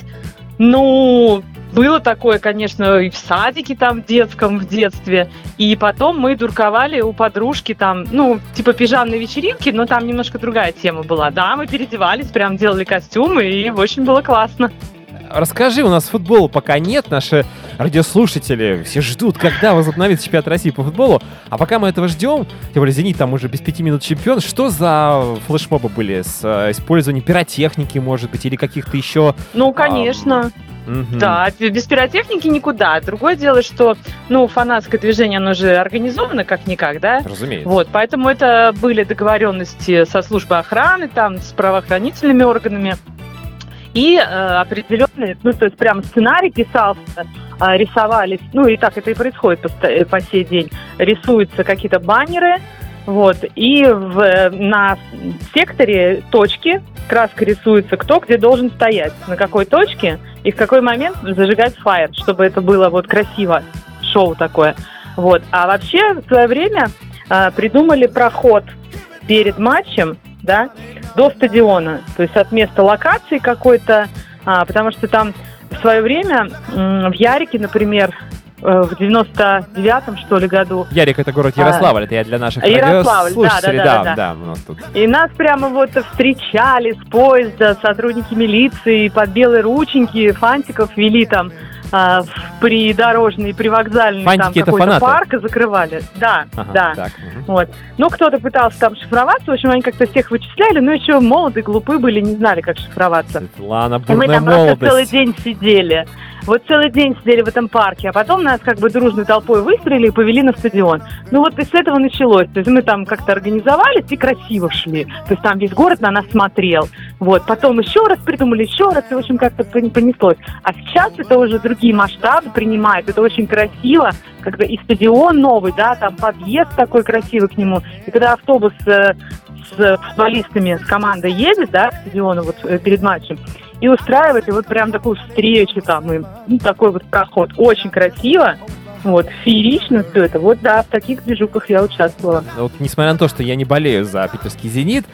F: ну, было такое, конечно, и в садике там в детском, в детстве. И потом мы дурковали у подружки там, ну, типа пижамной вечеринки, но там немножко другая тема была. Да, мы переодевались, прям делали костюмы, и очень было классно.
B: Расскажи, у нас футбола пока нет, наши радиослушатели все ждут, когда возобновится чемпионат России по футболу, а пока мы этого ждем, тем более «Зенит» там уже без пяти минут чемпион, что за флешмобы были с э, использованием пиротехники, может быть, или каких-то еще...
F: Ну, конечно.
B: А, угу.
F: Да, без пиротехники никуда. Другое дело, что, ну, фанатское движение, оно же организовано как-никак, да?
B: Разумеется.
F: Вот, поэтому это были договоренности со службой охраны, там, с правоохранительными органами. И э, определенный, ну, то есть прям сценарий писался, э, рисовались, ну, и так это и происходит по, по сей день, рисуются какие-то баннеры, вот, и в, на секторе точки краской рисуется, кто где должен стоять, на какой точке и в какой момент зажигать фаер, чтобы это было вот красиво, шоу такое, вот. А вообще в свое время э, придумали проход перед матчем, да, до стадиона, то есть от места локации какой-то, а, потому что там в свое время м, в Ярике, например, э, в девяносто девятом, что ли, году...
B: Ярик — это город Ярославль, а, это я для наших
F: Ярославль,
B: радиослушателей,
F: да, да,
B: да,
F: да,
B: да, у нас тут.
F: И нас прямо вот встречали с поезда сотрудники милиции, под белые рученьки, фантиков вели там а, в придорожный, привокзальный там какой-то парк и закрывали. Да,
B: ага,
F: да.
B: Так, угу.
F: Вот. Ну, кто-то пытался там шифроваться, в общем, они как-то всех вычисляли, но еще молодые, глупые были, не знали, как шифроваться.
B: Светлана,
F: и мы
B: бурная
F: там
B: молодость.
F: просто целый день сидели. Вот целый день сидели в этом парке, а потом нас как бы дружной толпой выстрелили и повели на стадион. Ну вот и с этого началось. То есть мы там как-то организовались и красиво шли. То есть там весь город на нас смотрел. Вот. Потом еще раз придумали, еще раз, и в общем как-то понеслось. А сейчас это уже другие масштабы принимают. Это очень красиво, когда и стадион новый, да, там подъезд такой красивый к нему. И когда автобус э, с футболистами, с командой едет, да, к стадиону вот э, перед матчем, и устраивать, и вот прям такую встречу там, и ну, такой вот проход. Очень красиво, вот, феерично все это. Вот, да, в таких движухах я участвовала.
B: Вот, несмотря на то, что я не болею за питерский «Зенит»,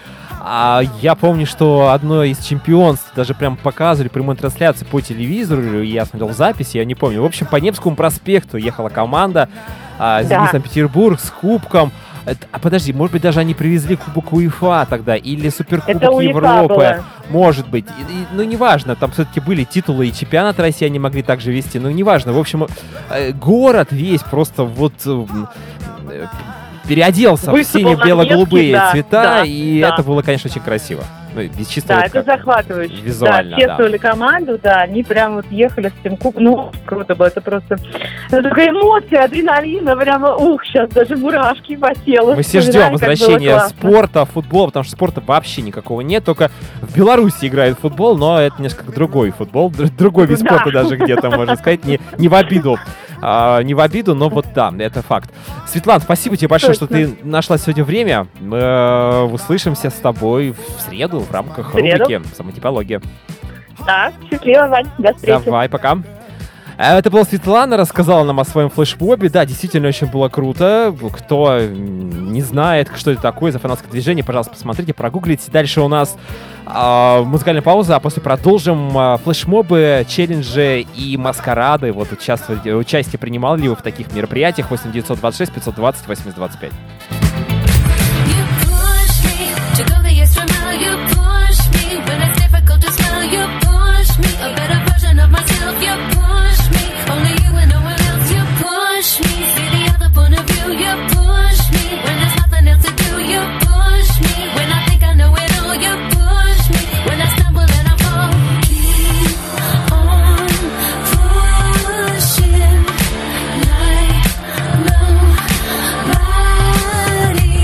B: а я помню, что одно из чемпионств даже прям показывали прямой трансляции по телевизору, и я смотрел записи, я не помню. В общем, по Невскому проспекту ехала команда а, «Зенит» да. Санкт-Петербург с кубком. А подожди, может быть, даже они привезли кубок УЕФА тогда, или суперкубок Европы, было. Может быть. И, и, ну, неважно, там все-таки были титулы, и чемпионат России они могли также вести, но неважно. В общем, город весь просто вот переоделся в сине-бело-голубые да, цвета, да, и да. это было, конечно, очень красиво. Ну, без чисто
F: да,
B: вот
F: это захватывающе.
B: Визуально,
F: да. Чествовали да. команду, да, они прям вот ехали с тем кубком. Ну, круто было, это просто... Это такая эмоция, адреналина, прямо, ух, сейчас даже мурашки по телу.
B: Мы все ждем возвращения спорта, футбола, потому что спорта вообще никакого нет, только в Беларуси играют в футбол, но это несколько другой футбол, другой вид спорта да. даже где-то, можно сказать, не, не в обиду. А, не в обиду, но вот да, это факт. Светлана, спасибо тебе большое, Точно. что ты нашла сегодня время. Мы э, услышимся с тобой в среду в рамках в рубрики «Самотипология».
F: Да, счастливо, Вань, до встречи.
B: Давай, пока. Это была Светлана, рассказала нам о своем флешмобе. Да, действительно очень было круто. Кто не знает, что это такое за фанатское движение, пожалуйста, посмотрите, прогуглите. Дальше у нас э, музыкальная пауза, а после продолжим э, флешмобы, челленджи и маскарады. Вот участвовали, участие принимали ли вы в таких мероприятиях? восемь девятьсот двадцать шесть пятьсот двадцать восемьдесят двадцать пять.
C: Nobody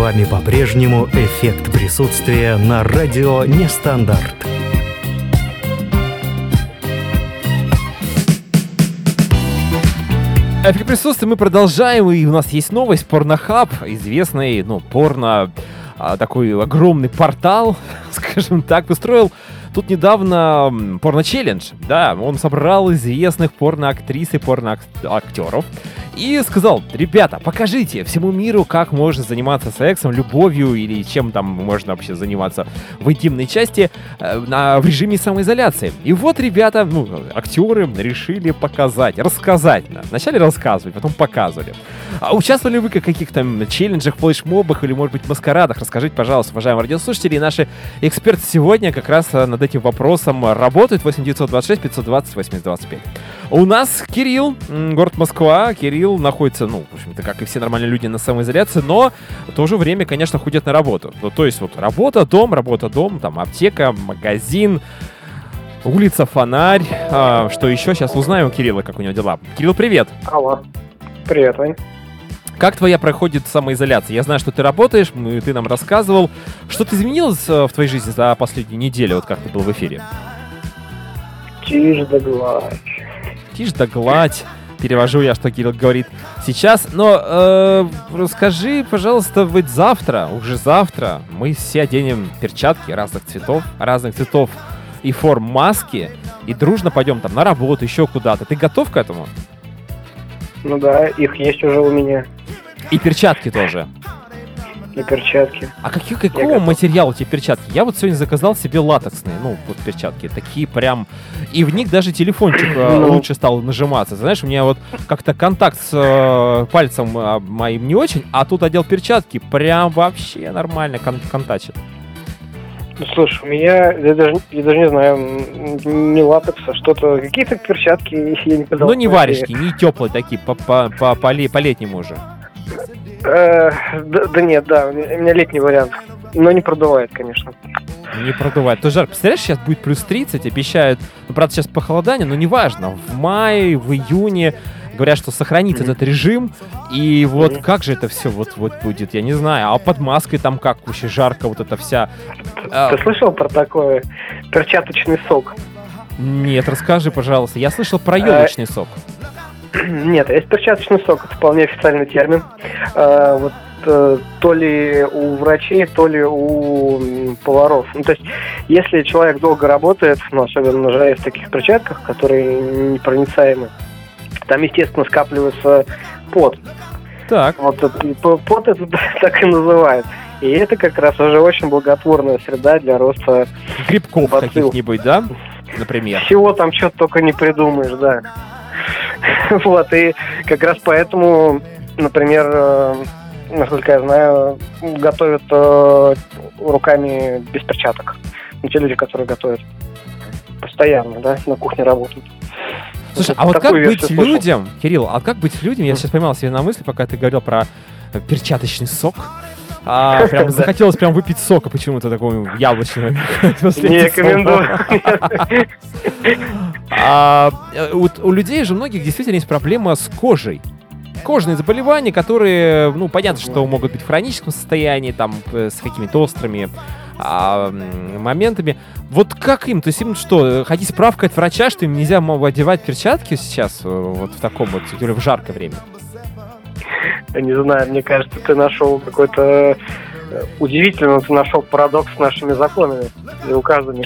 A: вами по-прежнему «Эффект присутствия» на радио Нестандарт.
B: Эффект присутствия мы продолжаем, и у нас есть новость. Порнохаб, известный, ну, порно, а, такой огромный портал, скажем так, устроил тут недавно порно-челлендж. Да, он собрал известных порно-актрис и порно-актеров и сказал: ребята, покажите всему миру, как можно заниматься сексом, любовью или чем там можно вообще заниматься в интимной части э, на, в режиме самоизоляции. И вот ребята, ну, актеры решили показать, рассказать. Да. Вначале рассказывали, потом показывали. А участвовали вы в каких-то челленджах, флешмобах или, может быть, маскарадах? Расскажите, пожалуйста, уважаемые радиослушатели. И наши эксперты сегодня как раз над этим вопросом работают. восемь девятьсот двадцать шесть пятьсот двадцать восемьдесят двадцать пять. У нас Кирилл, город Москва. Кирилл находится, ну, в общем-то, как и все нормальные люди, на самоизоляции, но в то же время, конечно, ходит на работу. Ну, то есть вот работа, дом, работа, дом, там аптека, магазин, улица, фонарь. А, что еще? Сейчас узнаем у Кирилла, как у него дела. Кирилл, привет!
G: Алло. Привет, Вань.
B: Как твоя проходит самоизоляция? Я знаю, что ты работаешь, ты нам рассказывал. Что-то изменилось в твоей жизни за последнюю неделю, вот как ты был в эфире?
G: Тишь да гладь.
B: Тишь да гладь. Перевожу я, что Кирилл говорит сейчас. Но э, расскажи, пожалуйста, ведь завтра, уже завтра, мы все оденем перчатки разных цветов, разных цветов и форм маски, и дружно пойдем там на работу, еще куда-то. Ты готов к этому?
G: Ну да, их есть уже у меня.
B: И перчатки тоже.
G: И перчатки.
B: А какие, какого материала эти перчатки? Я вот сегодня заказал себе латексные, ну, вот перчатки, такие прям... И в них даже телефончик э,
G: Ну.
B: лучше стал нажиматься. Знаешь, у меня вот как-то контакт с э, пальцем э, моим не очень, а тут одел перчатки, прям вообще нормально кон- контачит.
G: Ну, слушай, у меня, я даже, я даже не знаю, м, не латекс, а что-то, какие-то перчатки, я не подал.
B: Ну, не варежки, не теплые такие, по- по- по- по- по-летнему уже.
G: Э, да, да нет, да, у меня у меня летний вариант. Но не продувает, конечно.
B: Не продувает. То жарко. Представляешь, сейчас будет плюс тридцать, обещают, ну, правда, сейчас похолодание, но неважно, в мае, в июне говорят, что сохранится mm-hmm. этот режим, и вот mm-hmm. как же это все вот, вот будет, я не знаю, а под маской там как вообще жарко, вот эта вся...
G: Ты а... слышал про такое перчаточный сок?
B: Нет, расскажи, пожалуйста. Я слышал про елочный сок.
G: Нет, есть перчаточный сок, это вполне официальный термин. А, вот то ли у врачей, то ли у поваров. Ну, то есть, если человек долго работает, ну, особенно на жаре в таких перчатках, которые непроницаемы, там, естественно, скапливается пот.
B: Так.
G: Вот пот это так и называют. И это как раз уже очень благотворная среда для роста
B: грибков
G: бацилл.
B: Каких-нибудь, да? Например.
G: Всего там что-то только не придумаешь, да. Вот, и как раз поэтому, например, насколько я знаю, готовят э, руками без перчаток. Ну, те люди, которые готовят постоянно, да, на кухне работают.
B: Слушай, а вот как быть людям, Кирилл, а как быть людям, я сейчас поймал себе на мысли, пока ты говорил про перчаточный сок, а, прям захотелось прям выпить сока почему-то такого яблочного.
G: Не рекомендую.
B: А, у, у людей же многих действительно есть проблема с кожей. Кожные заболевания, которые, ну, понятно, что могут быть в хроническом состоянии, там, с какими-то острыми а, моментами. Вот как им? То есть им что, ходить справка от врача, что им нельзя одевать перчатки сейчас, вот в таком вот, или в жаркое время?
G: Я не знаю, мне кажется, ты нашел какой-то... Удивительно, ты нашел парадокс с нашими законами и указами.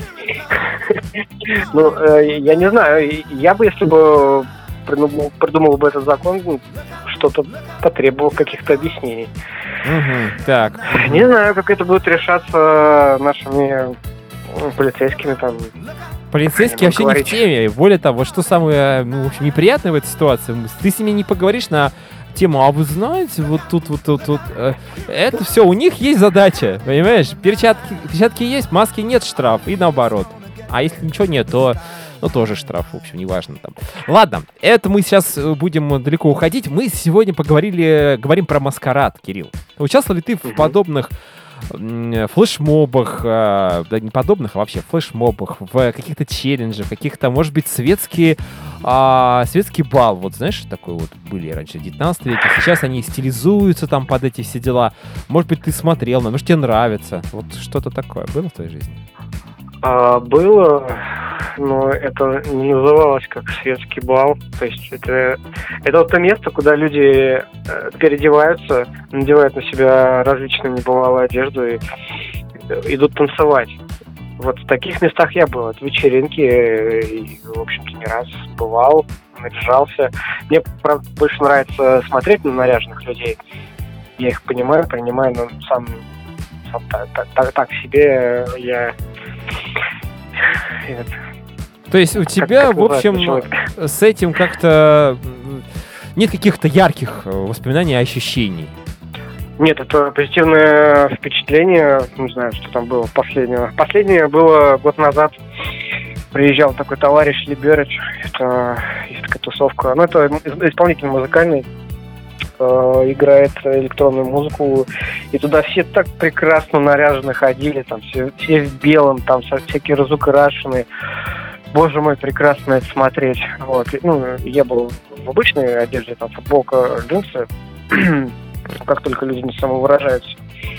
G: Ну, я не знаю, я бы, если бы придумал, придумал бы этот закон, что-то потребовал каких-то объяснений.
B: Угу, так.
G: Не знаю, как это будет решаться нашими полицейскими там.
B: Полицейские вообще говорить. Не в теме. Более того, что самое, ну, в общем, неприятное в этой ситуации, ты с ними не поговоришь на тему, а вы знаете, вот тут, вот тут, вот, э, это все, у них есть задача, понимаешь? Перчатки, перчатки есть, маски нет, штраф, и наоборот. А если ничего нет, то, ну, тоже штраф, в общем, неважно там. Ладно, это мы сейчас будем далеко уходить. Мы сегодня поговорили, говорим про маскарад, Кирилл. Участвовал ли ты в подобных м, флешмобах, э, да не подобных, а вообще флешмобах, в каких-то челленджах, каких-то, может быть, светские, а, светский бал. Вот знаешь, такой вот были раньше в девятнадцатом веке, сейчас они стилизуются там под эти все дела. Может быть, ты смотрел, может, тебе нравится. Вот что-то такое было в твоей жизни?
G: А, было, но это не называлось как светский бал. То есть это, это вот то место, куда люди э, переодеваются, надевают на себя различную небывалую одежду и э, идут танцевать. Вот в таких местах я был. Это вечеринки, э, и, в общем-то, не раз бывал, наряжался. Мне, правда, больше нравится смотреть на наряженных людей. Я их понимаю, принимаю, но сам, сам так, так, так, так себе я... Это.
B: То есть у тебя,
G: как
B: в общем, с этим как-то нет каких-то ярких воспоминаний, ощущений?
G: Нет, это позитивное впечатление. Не знаю, что там было последнего. Последнее было год назад. Приезжал такой товарищ Либерыч. Это есть такая тусовка. Ну, это исполнитель музыкальный. Играет электронную музыку, и туда все так прекрасно наряженно ходили, там все, все в белом, там всякие разукрашенные. Боже мой, прекрасно это смотреть. Вот. Ну, я был в обычной одежде, там футболка, джинсы, как только люди не самовыражаются.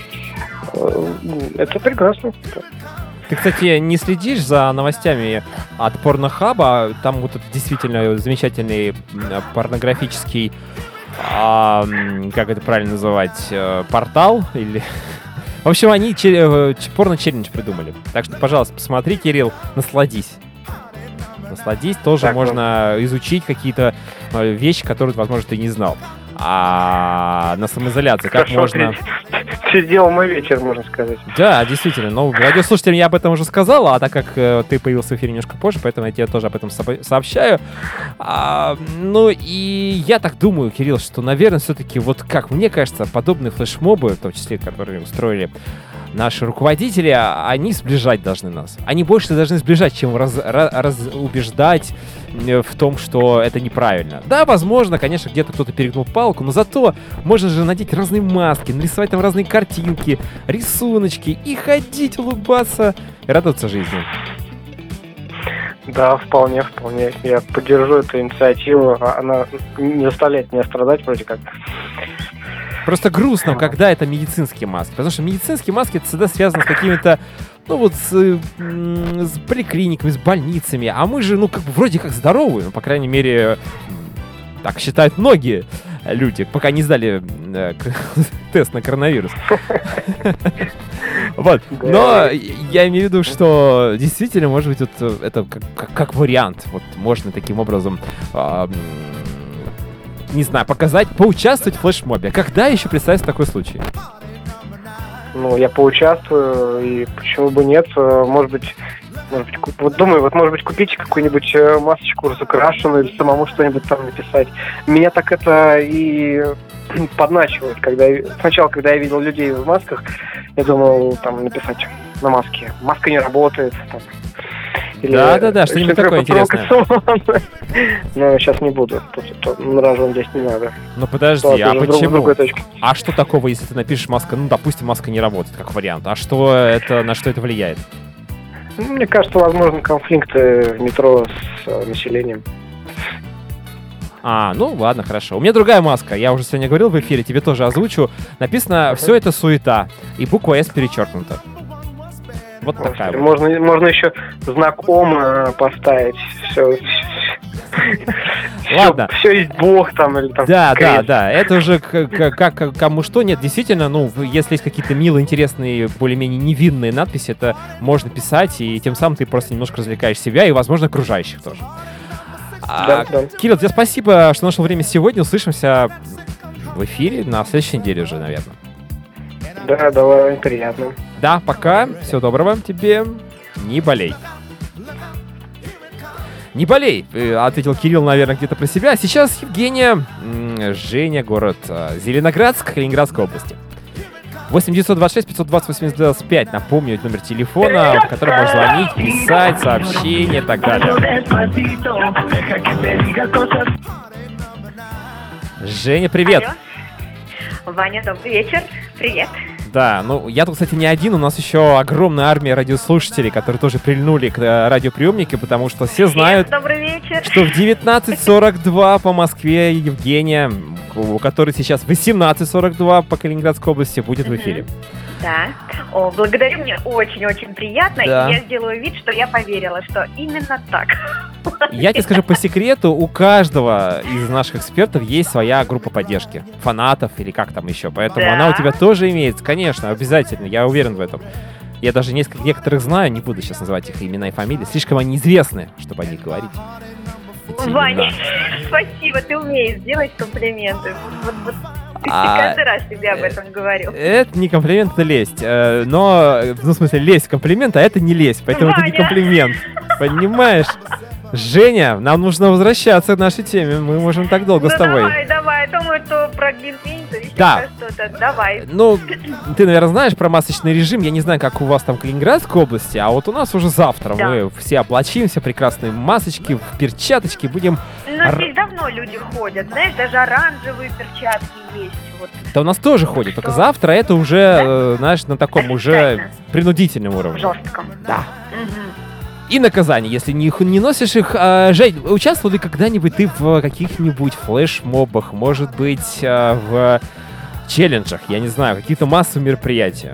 G: Это прекрасно.
B: Ты, кстати, не следишь за новостями от Порнохаба? Там вот этот действительно замечательный порнографический, А, как это правильно называть, портал или... В общем, они че- порно-челлендж придумали. Так что, пожалуйста, посмотри, Кирилл, насладись. Насладись, тоже
G: так,
B: можно ну... изучить какие-то вещи, которые, возможно, ты не знал. А на самоизоляции как
G: Хорошо,
B: можно...
G: Ты сделал мой вечер, можно сказать.
B: Да, действительно. Ну, радиослушателям я об этом уже сказал, а так как э, ты появился в эфире немножко позже, поэтому я тебе тоже об этом со- сообщаю. А, ну, и я так думаю, Кирилл, что, наверное, все-таки, вот как мне кажется, подобные флешмобы, в том числе, которые устроили наши руководители, они сближать должны нас. Они больше должны сближать, чем раз, раз, раз убеждать в том, что это неправильно. Да, возможно, конечно, где-то кто-то перегнул палку, но зато можно же надеть разные маски, нарисовать там разные картинки, рисуночки и ходить, улыбаться, и радоваться жизни.
G: Да, вполне, вполне. Я поддержу эту инициативу. Она не заставляет меня страдать вроде как.
B: Просто грустно, когда это медицинские маски. Потому что медицинские маски это всегда связано с какими-то, ну вот, с, с поликлиниками, с больницами. А мы же, ну, как бы вроде как здоровые, ну, по крайней мере, так считают многие люди, пока не сдали э, тест на коронавирус. Вот. Но я имею в виду, что действительно, может быть, вот это как, как вариант. Вот можно таким образом, э, не знаю, показать, поучаствовать в флешмобе. Когда еще представится такой случай?
G: Ну, я поучаствую, и почему бы нет? Может быть, может быть, куп... вот думаю, вот может быть купить какую-нибудь масочку разукрашенную или самому что-нибудь там написать. Меня так это и подначивает, когда я... сначала, когда я видел людей в масках, я думал там написать на маске: маска не работает. Там. Или...
B: Да, да, да, что-нибудь такое интересное.
G: Но сейчас не буду. Разум здесь не надо.
B: Ну подожди, а почему? А что такого, если ты напишешь маска, ну, допустим, маска не работает, как вариант. А что это, на что это влияет?
G: Мне кажется, возможно, конфликты в метро с населением.
B: А, ну ладно, хорошо. У меня другая маска. Я уже сегодня говорил в эфире, тебе тоже озвучу. Написано: все это суета. И буква «С» перечеркнута. Вот
G: Господи,
B: такая вот.
G: Можно, можно еще знак «Ом» поставить. Все.
B: Ладно.
G: Все, все есть Бог там или там.
B: Да,
G: крест.
B: да, да. Это уже как, как кому что. Нет, действительно, ну, если есть какие-то милые, интересные, более-менее невинные надписи, это можно писать, и тем самым ты просто немножко развлекаешь себя и, возможно, окружающих тоже.
G: Да,
B: а,
G: да.
B: Кирилл, тебе спасибо, что нашел время сегодня. Услышимся в эфире на следующей неделе уже, наверное.
G: Да, давай, приятно.
B: Да, пока. Всего доброго тебе. Не болей. Не болей, ответил Кирилл, наверное, где-то про себя. Сейчас Евгения, Женя, город Зеленоградск, Калининградской области. восемь девятьсот двадцать шесть пятьсот двадцать восемьдесят двадцать пять. Напомню, это номер телефона, по которому можно звонить, писать, сообщения и так далее. Женя, привет.
H: Алло. Ваня, добрый вечер. Привет.
B: Да, ну я тут, кстати, не один, у нас еще огромная армия радиослушателей, которые тоже прильнули к э, радиоприемнике, потому что все знают,
D: Добрый вечер.
B: что в девятнадцать сорок два по Москве Евгения, у которой сейчас восемнадцать сорок два по Калининградской области, будет в эфире.
D: Да. О, благодарю, мне очень-очень приятно.
B: Да.
D: И я сделаю вид, что я поверила, что именно так.
B: Я тебе скажу по секрету, у каждого из наших экспертов есть своя группа поддержки, фанатов или как там еще, поэтому
D: Да.
B: она у тебя тоже имеется, конечно, обязательно, я уверен в этом. Я даже несколько, некоторых знаю, не буду сейчас называть их имена и фамилии, слишком они известны, чтобы о них говорить. Эти
D: Ваня,
B: имена.
D: спасибо, ты умеешь делать комплименты. Вот, вот, ты
B: А,
D: каждый раз тебе об этом говорю.
B: Это не комплимент, это лесть. Э, Но, ну, в смысле, лезть комплимент, а это не лезть, поэтому это не
D: Ваня.
B: комплимент. Понимаешь? Женя, нам нужно возвращаться к нашей теме. Мы можем так долго
D: Ну
B: с тобой.
D: давай, давай, думаю, то про глинтвейн, то еще
B: Да.
D: про что-то. Давай.
B: Ну, ты, наверное, знаешь про масочный режим. Я не знаю, как у вас там в Калининградской области, а вот у нас уже завтра
D: Да.
B: мы все облачимся, прекрасные масочки, в перчаточки, будем...
D: Ну,
B: Р-
D: здесь давно люди ходят, знаешь, даже оранжевые перчатки есть. Вот.
B: Да у нас тоже ходят, только
D: Что?
B: завтра это уже, э, знаешь, на таком уже
D: Обязательно.
B: принудительном уровне.
D: Жестком.
B: Да.
D: Мгм.
B: И наказание, если не, не носишь их. А, Жень, участвовал ли когда-нибудь ты в каких-нибудь флешмобах, может быть, а, в челленджах, я не знаю, какие-то массовые мероприятия?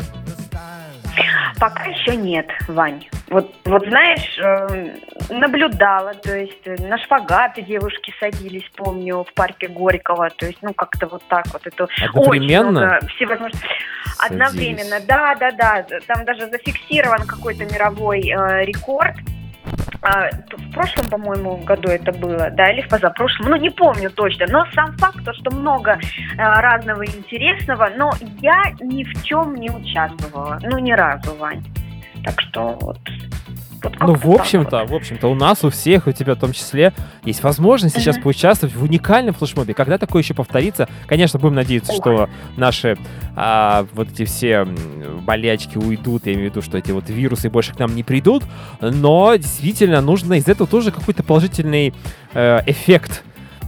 D: Пока еще нет, Вань. Вот, вот знаешь, э, наблюдала, то есть э, на шпагаты девушки садились, помню, в парке Горького, то есть, ну, как-то вот так вот. Это
B: Одновременно?
D: очень много всевозможных. Одновременно, да, да, да. Там даже зафиксирован какой-то мировой э, рекорд. А, в прошлом, по-моему, году это было, да, или в позапрошлом, ну, не помню точно, но сам факт, то, что много э, разного интересного, но я ни в чем не участвовала, ну, ни разу, Вань. Так что вот... вот
B: Ну,
D: как-то
B: в
D: так
B: общем-то,
D: вот.
B: в общем-то, у нас, у всех, у тебя в том числе, есть возможность сейчас
D: Мгм.
B: поучаствовать в уникальном флешмобе. Когда такое еще повторится? Конечно, будем надеяться,
D: Ох.
B: что наши а, вот эти все м, болячки уйдут, я имею в виду, что эти вот вирусы больше к нам не придут, но действительно нужно из этого тоже какой-то положительный э, эффект.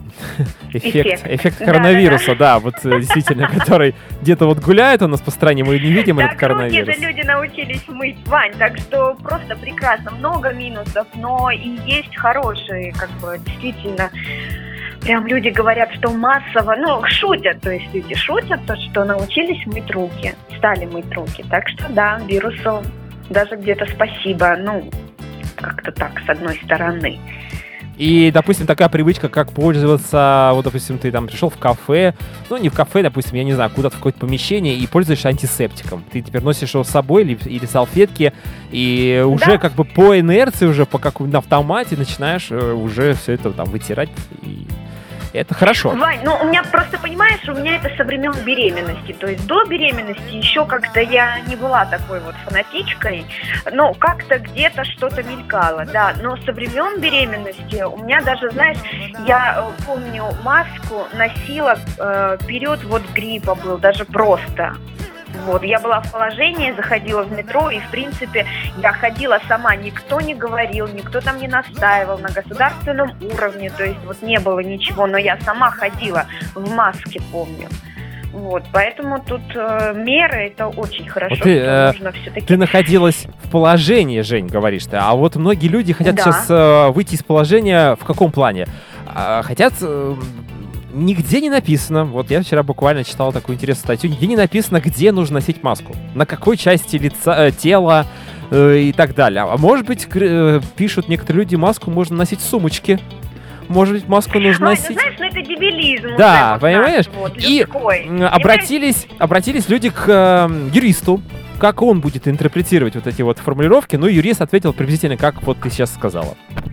B: Эффект,
D: Эффект.
B: эффект
D: Да,
B: коронавируса, да, вот э, действительно, который где-то вот гуляет у нас по стране, мы не видим этот
D: Так руки
B: коронавирус.
D: же люди научились мыть, Вань, так что просто прекрасно. Много минусов, но и есть хорошие, как бы, действительно. Прям люди говорят, что массово, ну, шутят, то есть люди шутят, то, что научились мыть руки, стали мыть руки. Так что, да, вирусу даже где-то спасибо, ну, как-то так, с одной стороны.
B: И, допустим, такая привычка, как пользоваться, вот, допустим, ты там пришел в кафе, ну, не в кафе, допустим, я не знаю, куда-то в какое-то помещение и пользуешься антисептиком. Ты теперь носишь его с собой или, или салфетки, и уже
D: Да.
B: как бы по инерции, уже по как на автомате начинаешь э, уже все это там вытирать, и это хорошо.
D: Вань, ну у меня просто, понимаешь, у меня это со времен беременности. То есть до беременности еще как-то я не была такой вот фанатичкой, но как-то где-то что-то мелькало, да. Но со времен беременности у меня даже, знаешь, я э, помню, маску носила, э, период вот гриппа был, даже просто. Вот, я была в положении, заходила в метро, и, в принципе, я ходила сама, никто не говорил, никто там не настаивал на государственном уровне, то есть вот не было ничего, но я сама ходила в маске, помню. Вот, поэтому тут э, меры, это очень хорошо,
B: Вот ты,
D: что
B: э,
D: нужно все-таки...
B: Ты находилась в положении, Жень, говоришь ты, а вот многие люди хотят
D: Да.
B: сейчас э, выйти из положения в каком плане? А, хотят... э, Нигде не написано, вот я вчера буквально читал такую интересную статью, нигде не написано, где нужно носить маску, на какой части лица, э, тела э, и так далее. А может быть, гр- э, пишут некоторые люди, маску можно носить в сумочке, может быть, маску нужно
D: Вань, ну,
B: носить...
D: знаешь, ну это дебилизм.
B: Да,
D: уже вот
B: понимаешь?
D: наш вот,
B: И
D: людской.
B: м,
D: Понимаешь?
B: обратились, обратились люди к э, юристу, как он будет интерпретировать вот эти вот формулировки, ну, юрист ответил приблизительно, как вот ты сейчас сказала.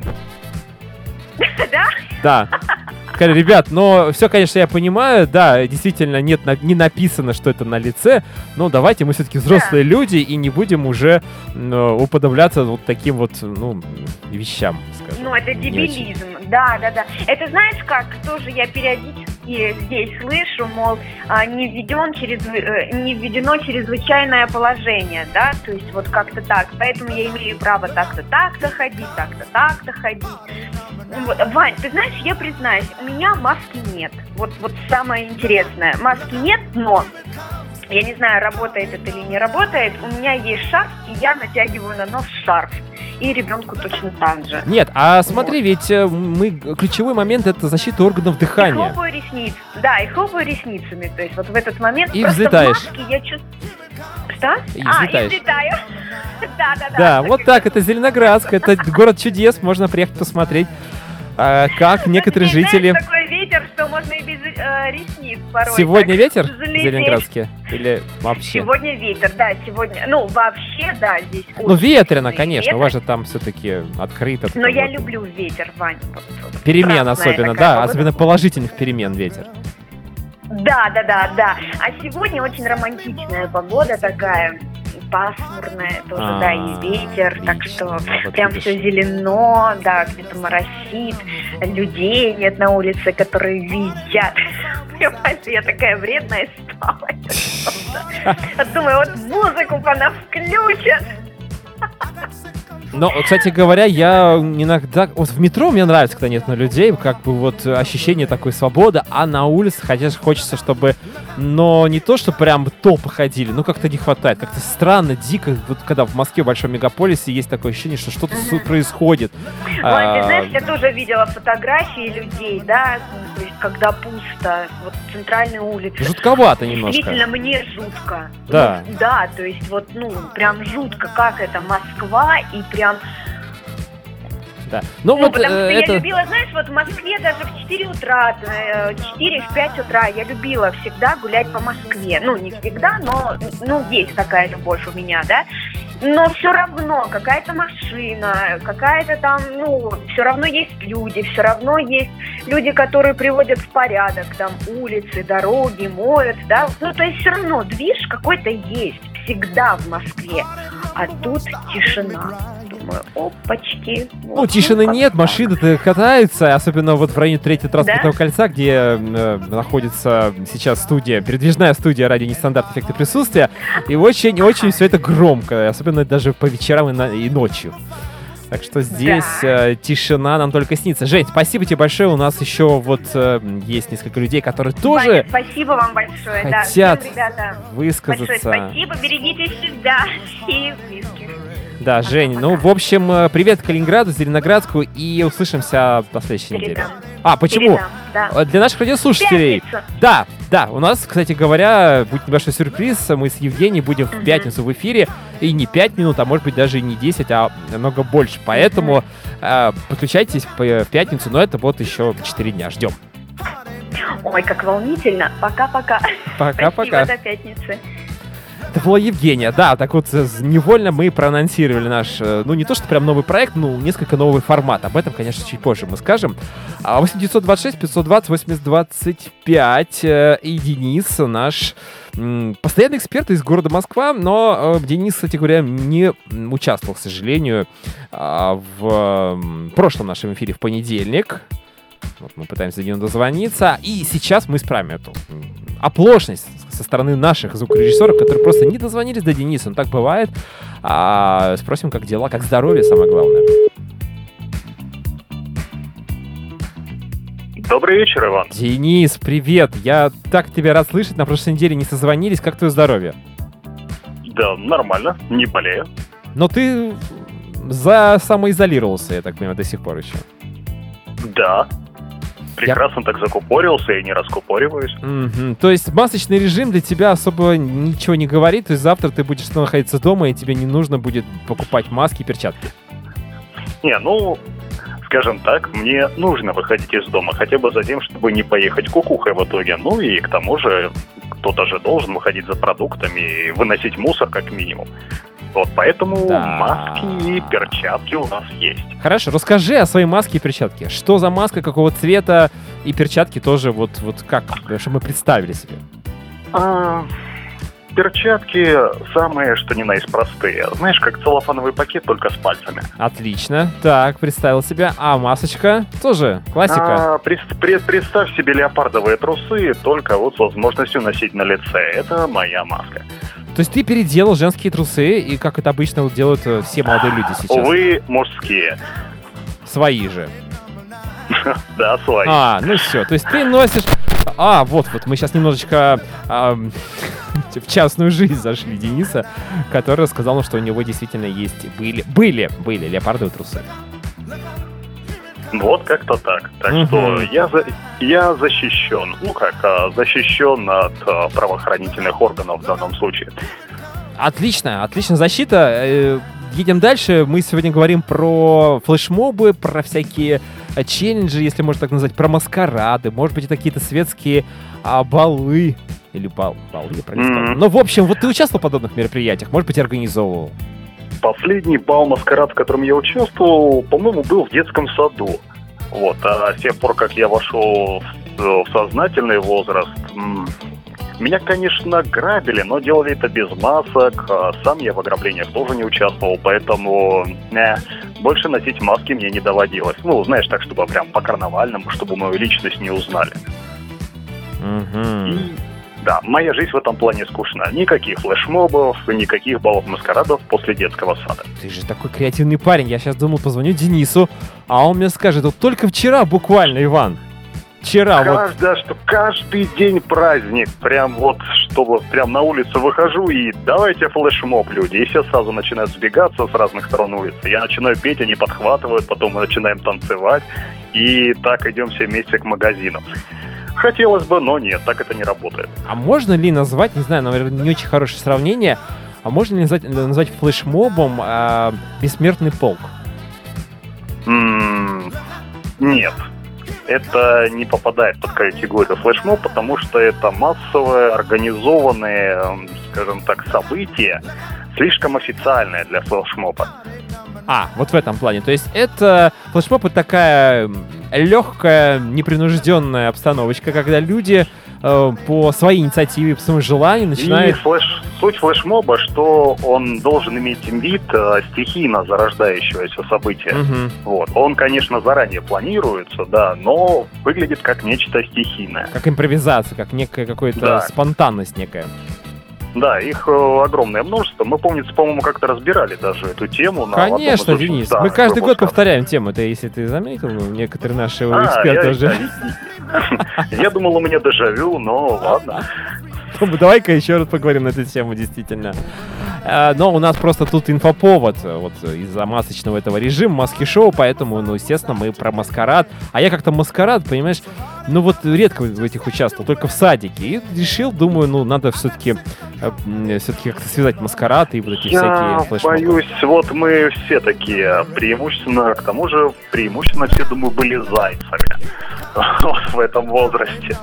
D: Да?
B: Да. Сказали, ребят, но все, конечно, я понимаю, да, действительно нет, на- не написано, что это на лице, но давайте мы все-таки взрослые люди и не будем уже м, уподобляться вот таким вот, ну, вещам, скажем.
D: Ну, это
B: Не очень.
D: дебилизм, да, да, да. Это знаешь как, тоже я периодически здесь слышу, мол, а, не, введен через, э, не введено чрезвычайное положение, да, то есть вот как-то так, поэтому я имею право так-то так-то ходить, так-то так-то ходить. Вот, Вань, ты знаешь, я признаюсь, у меня маски нет, вот, вот самое интересное, маски нет, но Я не знаю, работает это или не работает. У меня есть шарф, и я натягиваю на нос шарф. И ребенку точно так же.
B: Нет, а смотри, ведь э, мы ключевой момент — это защита органов
D: И
B: дыхания.
D: хлопаю ресниц. Да, и хлопаю ресницами. То есть вот в этот момент
B: И
D: просто
B: взлетаешь.
D: в маске я чувствую... Что?
B: И
D: а,
B: взлетаешь.
D: и взлетаю. Да, да, да.
B: Да, вот так, это Зеленоградск, это город чудес, можно приехать посмотреть, а, как некоторые
D: Знаешь,
B: жители...
D: такой ветер, что можно и без э, ресниц порой.
B: Сегодня
D: так
B: ветер в
D: залететь.
B: Зеленоградске? Или вообще?
D: Сегодня ветер, да, сегодня. Ну, вообще, да, здесь
B: Ну,
D: очень
B: ветрено,
D: сильный
B: конечно,
D: ветер.
B: у вас же там все-таки открыто.
D: Но я
B: вот.
D: люблю ветер, Ваня. вот, вот,
B: Перемен
D: страстная
B: особенно,
D: такая
B: да,
D: погода.
B: особенно положительных перемен ветер.
D: Да, да, да, да. А сегодня очень романтичная погода такая, пасмурная тоже,
B: А,
D: да, и ветер, так
B: отлично.
D: что
B: Ну, вот
D: прям
B: видишь.
D: все зелено, да, где-то моросит, людей нет на улице, которые визжат. Понимаете, я такая вредная стала. Думаю, вот музыку она включат.
B: Но, кстати говоря, я иногда... Вот в метро мне нравится, когда нет на людей, как бы вот ощущение такой свободы, а на улице, хотя же хочется, чтобы... Но не то, что прям толпы ходили, ну как-то не хватает. Как-то странно, дико, вот когда в Москве, в большом мегаполисе, есть такое ощущение, что что-то
D: Мгм.
B: происходит.
D: Вань, ты
B: А,
D: знаешь, я тоже видела фотографии людей, да, ну, то есть когда пусто, вот центральные улицы.
B: Жутковато немножко.
D: Действительно, мне жутко.
B: Да.
D: Ну, да, то есть вот, ну, прям жутко, как это, Москва, и прям...
B: Да. Ну,
D: Ну,
B: вот
D: потому
B: э,
D: что
B: это...
D: я любила, знаешь, вот в Москве даже в четыре утра, э, четыре-пять утра я любила всегда гулять по Москве. Ну, не всегда, но, ну, есть такая любовь у меня, да. Но все равно какая-то машина, какая-то там, ну, все равно есть люди, все равно есть люди, которые приводят в порядок там улицы, дороги, моют, да. Ну, то есть все равно движ какой-то есть всегда в Москве. А тут тишина. Думаю, опачки.
B: Ну,
D: Вот,
B: тишины
D: как
B: нет,
D: так.
B: машины-то катаются, особенно вот в районе третьего транспортного кольца, где э, находится сейчас студия, передвижная студия радио Нестандарт Эффекты Присутствия, и очень-очень все это громко, особенно даже по вечерам и, на- и ночью. Так что здесь
D: Да.
B: э, тишина нам только снится. Жень, спасибо тебе большое, у нас еще вот э, есть несколько людей, которые тоже
D: Ваня, спасибо вам большое. Да,
B: хотят
D: всем, ребята, большое
B: высказаться.
D: спасибо. Берегите себя и близких.
B: Да, Жень, ну, в общем, э, привет Калининграду, Зеленоградску, и услышимся на следующей неделе.
D: Передам.
B: А, почему?
D: Передам, да.
B: Э, Для наших радиослушателей.
D: Пятница.
B: Да, да, у нас, кстати говоря, будет небольшой сюрприз. Мы с Евгенией будем в
D: Мгм.
B: пятницу в эфире. И не пять минут, а может быть даже и не десять, а намного больше. Поэтому э, подключайтесь по- в пятницу, но это вот еще четыре дня. Ждем.
D: Ой, как волнительно. Пока-пока.
B: Пока-пока.
D: Спасибо, до пятницы.
B: Это была Евгения, да, так вот э, невольно мы проанонсировали наш, э, ну не то что прям новый проект, ну несколько новый формат, об этом, конечно, чуть позже мы скажем. А восемь девятьсот двадцать шесть пятьсот двадцать восемьдесят двадцать пять э, и Денис, наш м, постоянный эксперт из города Москва, но э, Денис, кстати говоря, не м, участвовал, к сожалению, а, в м, прошлом нашем эфире в понедельник. Вот мы пытаемся до него дозвониться, и сейчас мы исправим эту м, оплошность со стороны наших звукорежиссеров, которые просто не дозвонились до Дениса. Ну, так бывает. А, спросим, как дела, как здоровье, самое главное.
H: Добрый вечер, Иван.
B: Денис, привет! Я так тебя рад слышать. На прошлой неделе не созвонились. Как твое здоровье?
H: Да, нормально, не болею.
B: Но ты за самоизолировался, я так понимаю, до сих пор еще.
H: Да. Прекрасно так закупорился и не раскупориваюсь.
B: Мгм. То есть масочный режим для тебя особо ничего не говорит, то есть завтра ты будешь снова находиться дома, и тебе не нужно будет покупать маски и перчатки.
H: Не, ну, скажем так, мне нужно выходить из дома хотя бы за тем, чтобы не поехать кукухой в итоге. Ну и к тому же кто-то же должен выходить за продуктами и выносить мусор как минимум. Вот поэтому
B: Да.
H: маски и перчатки у нас есть.
B: Хорошо, расскажи о своей маске и перчатке. Что за маска, какого цвета, и перчатки тоже вот, вот как, чтобы мы представили себе.
H: А, перчатки самые, что ни на есть, простые. Знаешь, как целлофановый пакет, только с пальцами.
B: Отлично. Так, представил себя. А масочка? Тоже классика.
H: А, прес- пре- представь себе леопардовые трусы, только вот с возможностью носить на лице. Это моя маска.
B: То есть ты переделал женские трусы, и как это обычно вот делают э, все молодые люди сейчас.
H: Увы, мужские.
B: Свои же.
H: Да, свои.
B: А, ну все. То есть ты носишь... А, вот, вот, мы сейчас немножечко... ам, в частную жизнь зашли Дениса, который сказал, что у него действительно есть, были, были, были леопардовые трусы.
H: Вот как-то так. Так
B: Мгм.
H: что я, за- я защищен. Ну как, а, защищен от а, правоохранительных органов в данном случае.
B: Отлично, отличная защита. Э, Едем дальше. Мы сегодня говорим про флешмобы, про всякие э, челленджи, если можно так назвать, про маскарады, может быть, это какие-то светские а, балы. Или бал, балы, я правильно сказал.
H: Мгм.
B: Ну, в общем, вот ты участвовал в подобных мероприятиях, может быть, организовывал.
H: Последний бал-маскарад, в котором я участвовал, по-моему, был в детском саду. Вот, а с тех пор, как я вошел в, в сознательный возраст, м, меня, конечно, грабили, но делали это без масок. а Сам я в ограблениях тоже не участвовал, поэтому э, больше носить маски мне не доводилось. Ну, знаешь, так, чтобы прям по-карнавальному, чтобы мою личность не узнали.
B: Мгм.
H: И, да, моя жизнь в этом плане скучна. Никаких флешмобов, никаких балов-маскарадов после детского сада.
B: Ты же такой креативный парень. Я сейчас думал, позвоню Денису, а он мне скажет, вот только вчера буквально, Иван. Вчера вот.
H: Каждый, что каждый день праздник. Прям вот, чтобы прям на улицу выхожу и давайте флешмоб, люди. И все сразу начинают сбегаться с разных сторон улицы. Я начинаю петь, они подхватывают, потом мы начинаем танцевать. И так идем все вместе к магазину. Хотелось бы, но нет, так это не работает.
B: А можно ли назвать, не знаю, наверное, не очень хорошее сравнение, а можно ли назвать, назвать флешмобом а, «Бессмертный полк»?
H: М, Нет. Это не попадает под категорию флешмоб, потому что это массовое, организованное, м, скажем так, событие, слишком официальное для флешмоба.
B: А, вот в этом плане. То есть это флешмоб — это такая легкая, непринужденная обстановочка, когда люди э, по своей инициативе, по своему желанию
H: И
B: начинают...
H: флеш... суть флешмоба, что он должен иметь вид э, стихийно зарождающегося события.
B: Мгм.
H: Вот. Он, конечно, заранее планируется, да, но выглядит как нечто стихийное.
B: Как импровизация, как некая какая-то
H: Да.
B: спонтанность некая.
H: Да, их э, огромное множество. Мы, помнится, по-моему, как-то разбирали даже эту тему. На одном из
B: Конечно,
H: очень
B: Денис.
H: старых
B: Мы каждый год
H: выпусков.
B: повторяем тему. Это, если ты заметил, ну, некоторые наши
H: А,
B: эксперты
H: я,
B: уже...
H: я думал, у меня дежавю, но ладно.
B: Ну, давай-ка еще раз поговорим на эту тему, действительно. А, Но у нас просто тут инфоповод э, вот из-за масочного этого режима, маски-шоу, поэтому, ну, естественно, мы про маскарад. А я как-то маскарад, понимаешь, ну вот редко в этих участвовал, только в садике. И решил, думаю, ну, надо все-таки все-таки как-то связать маскарад и вот эти
H: Я
B: всякие флешмобы.
H: боюсь, вот мы все такие, преимущественно, к тому же, преимущественно все, думаю, были зайцами вот в этом возрасте.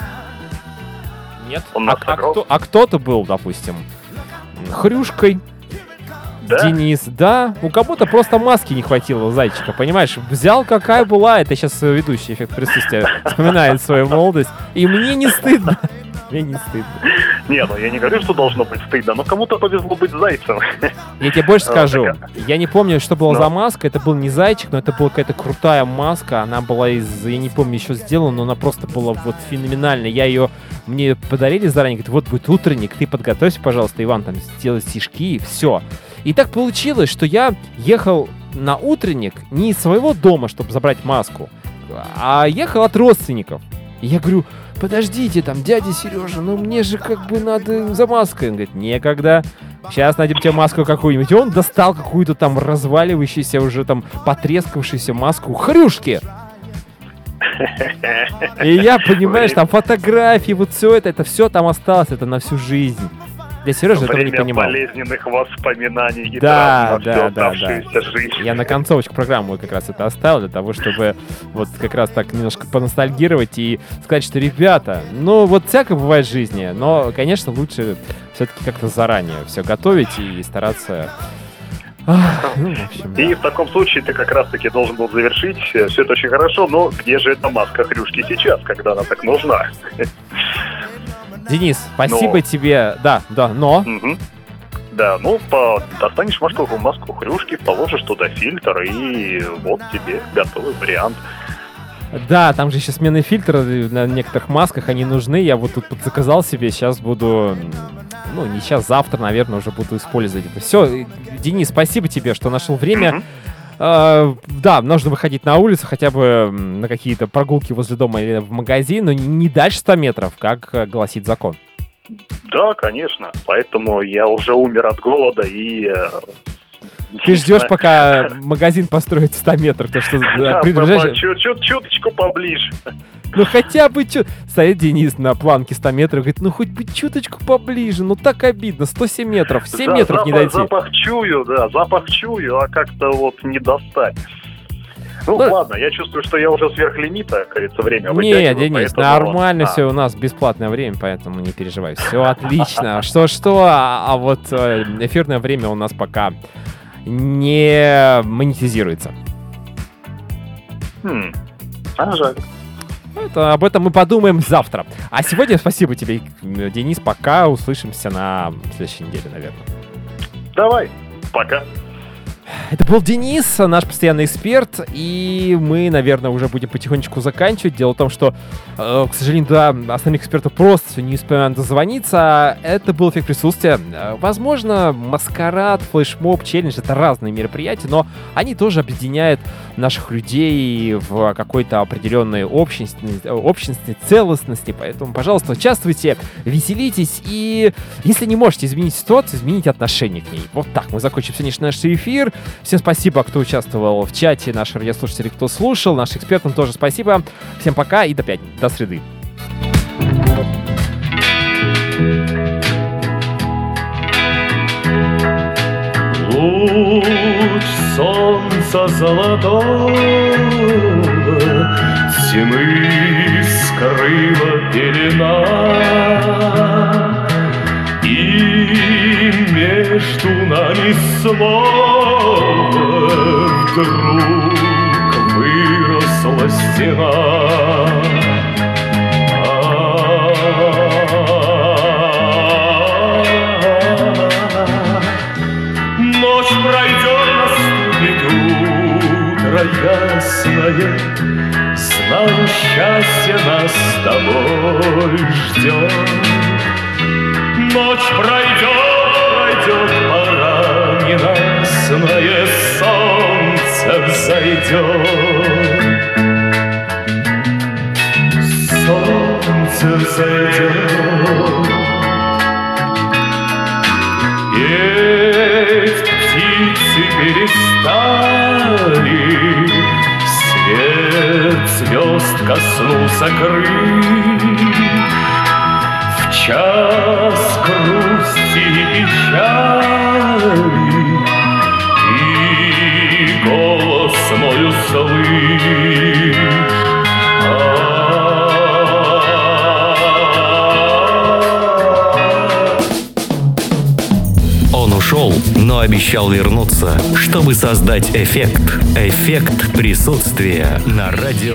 B: Нет?
H: Он
B: А,
H: нас
B: а
H: сыграл?
B: кто- а кто-то был, допустим, хрюшкой,
H: Да?
B: Денис, да. У кого-то просто маски не хватило зайчика, понимаешь? Взял, какая была. Это сейчас ведущий «Эффект присутствия» вспоминает свою молодость. И мне не стыдно. Мне не стыдно.
H: Не, ну я не говорю, что должно быть стыдно, но кому-то повезло быть зайцем.
B: Я тебе больше
H: Вот
B: скажу.
H: такая.
B: Я не помню, что было
H: Ну.
B: за маска. Это был не зайчик, но это была какая-то крутая маска. Она была из, я не помню, еще сделана, но она просто была вот феноменальная. Я ее, мне подарили заранее, говорит, вот будет утренник, ты подготовься, пожалуйста, Иван, там сделай стишки, и все. И так получилось, что я ехал на утренник не из своего дома, чтобы забрать маску, а ехал от родственников. И я говорю, подождите, там, дядя Сережа, ну мне же как бы надо за маской. Он говорит, некогда, сейчас найдем тебе маску какую-нибудь. И он достал какую-то там разваливающуюся, уже там потрескавшуюся маску хрюшки. И я, понимаешь, там фотографии, вот все это, это все там осталось, это на всю жизнь. Для Сережи этого не
H: Время
B: понимал.
H: болезненных воспоминаний и
B: Да,
H: травм на
B: да,
H: всю
B: да, да.
H: оставшуюся жизнь.
B: Я на концовочку программы как раз это оставил, для того, чтобы вот как раз так немножко поностальгировать и сказать, что, ребята, ну вот всякое бывает в жизни, но, конечно, лучше все-таки как-то заранее все готовить и стараться... Ах, ну, в общем, да.
H: И в таком случае ты как раз-таки должен был завершить. Все это очень хорошо, но где же эта маска хрюшки сейчас, когда она так нужна?
B: Денис, спасибо
H: Но.
B: тебе. Да, да, но...
H: Мгм. Да, ну, по... достанешь маску, маску хрюшки, положишь туда фильтр, и вот тебе готовый вариант.
B: Да, там же еще сменный фильтр на некоторых масках, они нужны. Я вот тут заказал себе, сейчас буду... Ну, не сейчас, завтра, наверное, уже буду использовать это. Все, Денис, спасибо тебе, что нашел время.
H: Мгм.
B: Uh, да, нужно выходить на улицу, хотя бы на какие-то прогулки возле дома или в магазин, но не дальше ста метров, как гласит закон.
H: Да, конечно. Поэтому я уже умер от голода и... э,
B: Ты ждешь, пока магазин построит в ста метрах, то что
H: Да,
B: да, приближаешь-
H: чуть- чуть- чуточку поближе.
B: Ну хотя бы чуть... Стоит Денис на планке ста метров, говорит, ну хоть бы чуточку поближе, ну так обидно, сто семь метров, семь
H: Да,
B: метров не
H: запах-
B: дойти.
H: Запах чую, да, запах чую, а как-то вот не достать. Ну,
B: Ну,
H: ладно, я чувствую, что я уже сверх лимита, как говорится, время
B: Не,
H: вытягиваю,
B: Денис,
H: поэтому-
B: нормально
H: А,
B: все, у нас бесплатное время, поэтому не переживай. Все отлично. Что-что, а, а вот э, эфирное время у нас пока не монетизируется.
H: хм, а жаль.
B: Это, об этом мы подумаем завтра. А сегодня спасибо тебе, Денис. Пока, услышимся на следующей неделе, наверное.
H: Давай, пока.
B: Это был Денис, наш постоянный эксперт, и мы, наверное, уже будем потихонечку заканчивать. Дело в том, что, э, к сожалению, до остальных экспертов просто не успеваем дозвониться. Это был эффект присутствия. Э, Возможно, маскарад, флешмоб, челлендж — это разные мероприятия, но они тоже объединяют наших людей в какой-то определенной общности, общности, целостности. Поэтому, пожалуйста, участвуйте, веселитесь, и если не можете изменить ситуацию, измените отношение к ней. Вот так мы закончим сегодняшний наш эфир. Всем спасибо, кто участвовал в чате, наши радиослушатели, кто слушал, нашим экспертам тоже спасибо. Всем пока и до пятницы, до среды.
I: Луч солнца золотого тьмы скрыла пелена, и между нами снова вдруг выросла стена. Ночь пройдет, наступит утро ясное, знаю, счастье нас с тобой ждет. Ночь пройдет, пройдет, пора ненастное, солнце взойдет. Солнце взойдет. Петь птицы перестали, свет звезд коснулся крыль. В час грусти и печали и голос мой услышь.
A: Он ушел, но обещал вернуться, чтобы создать эффект. Эффект присутствия на радио.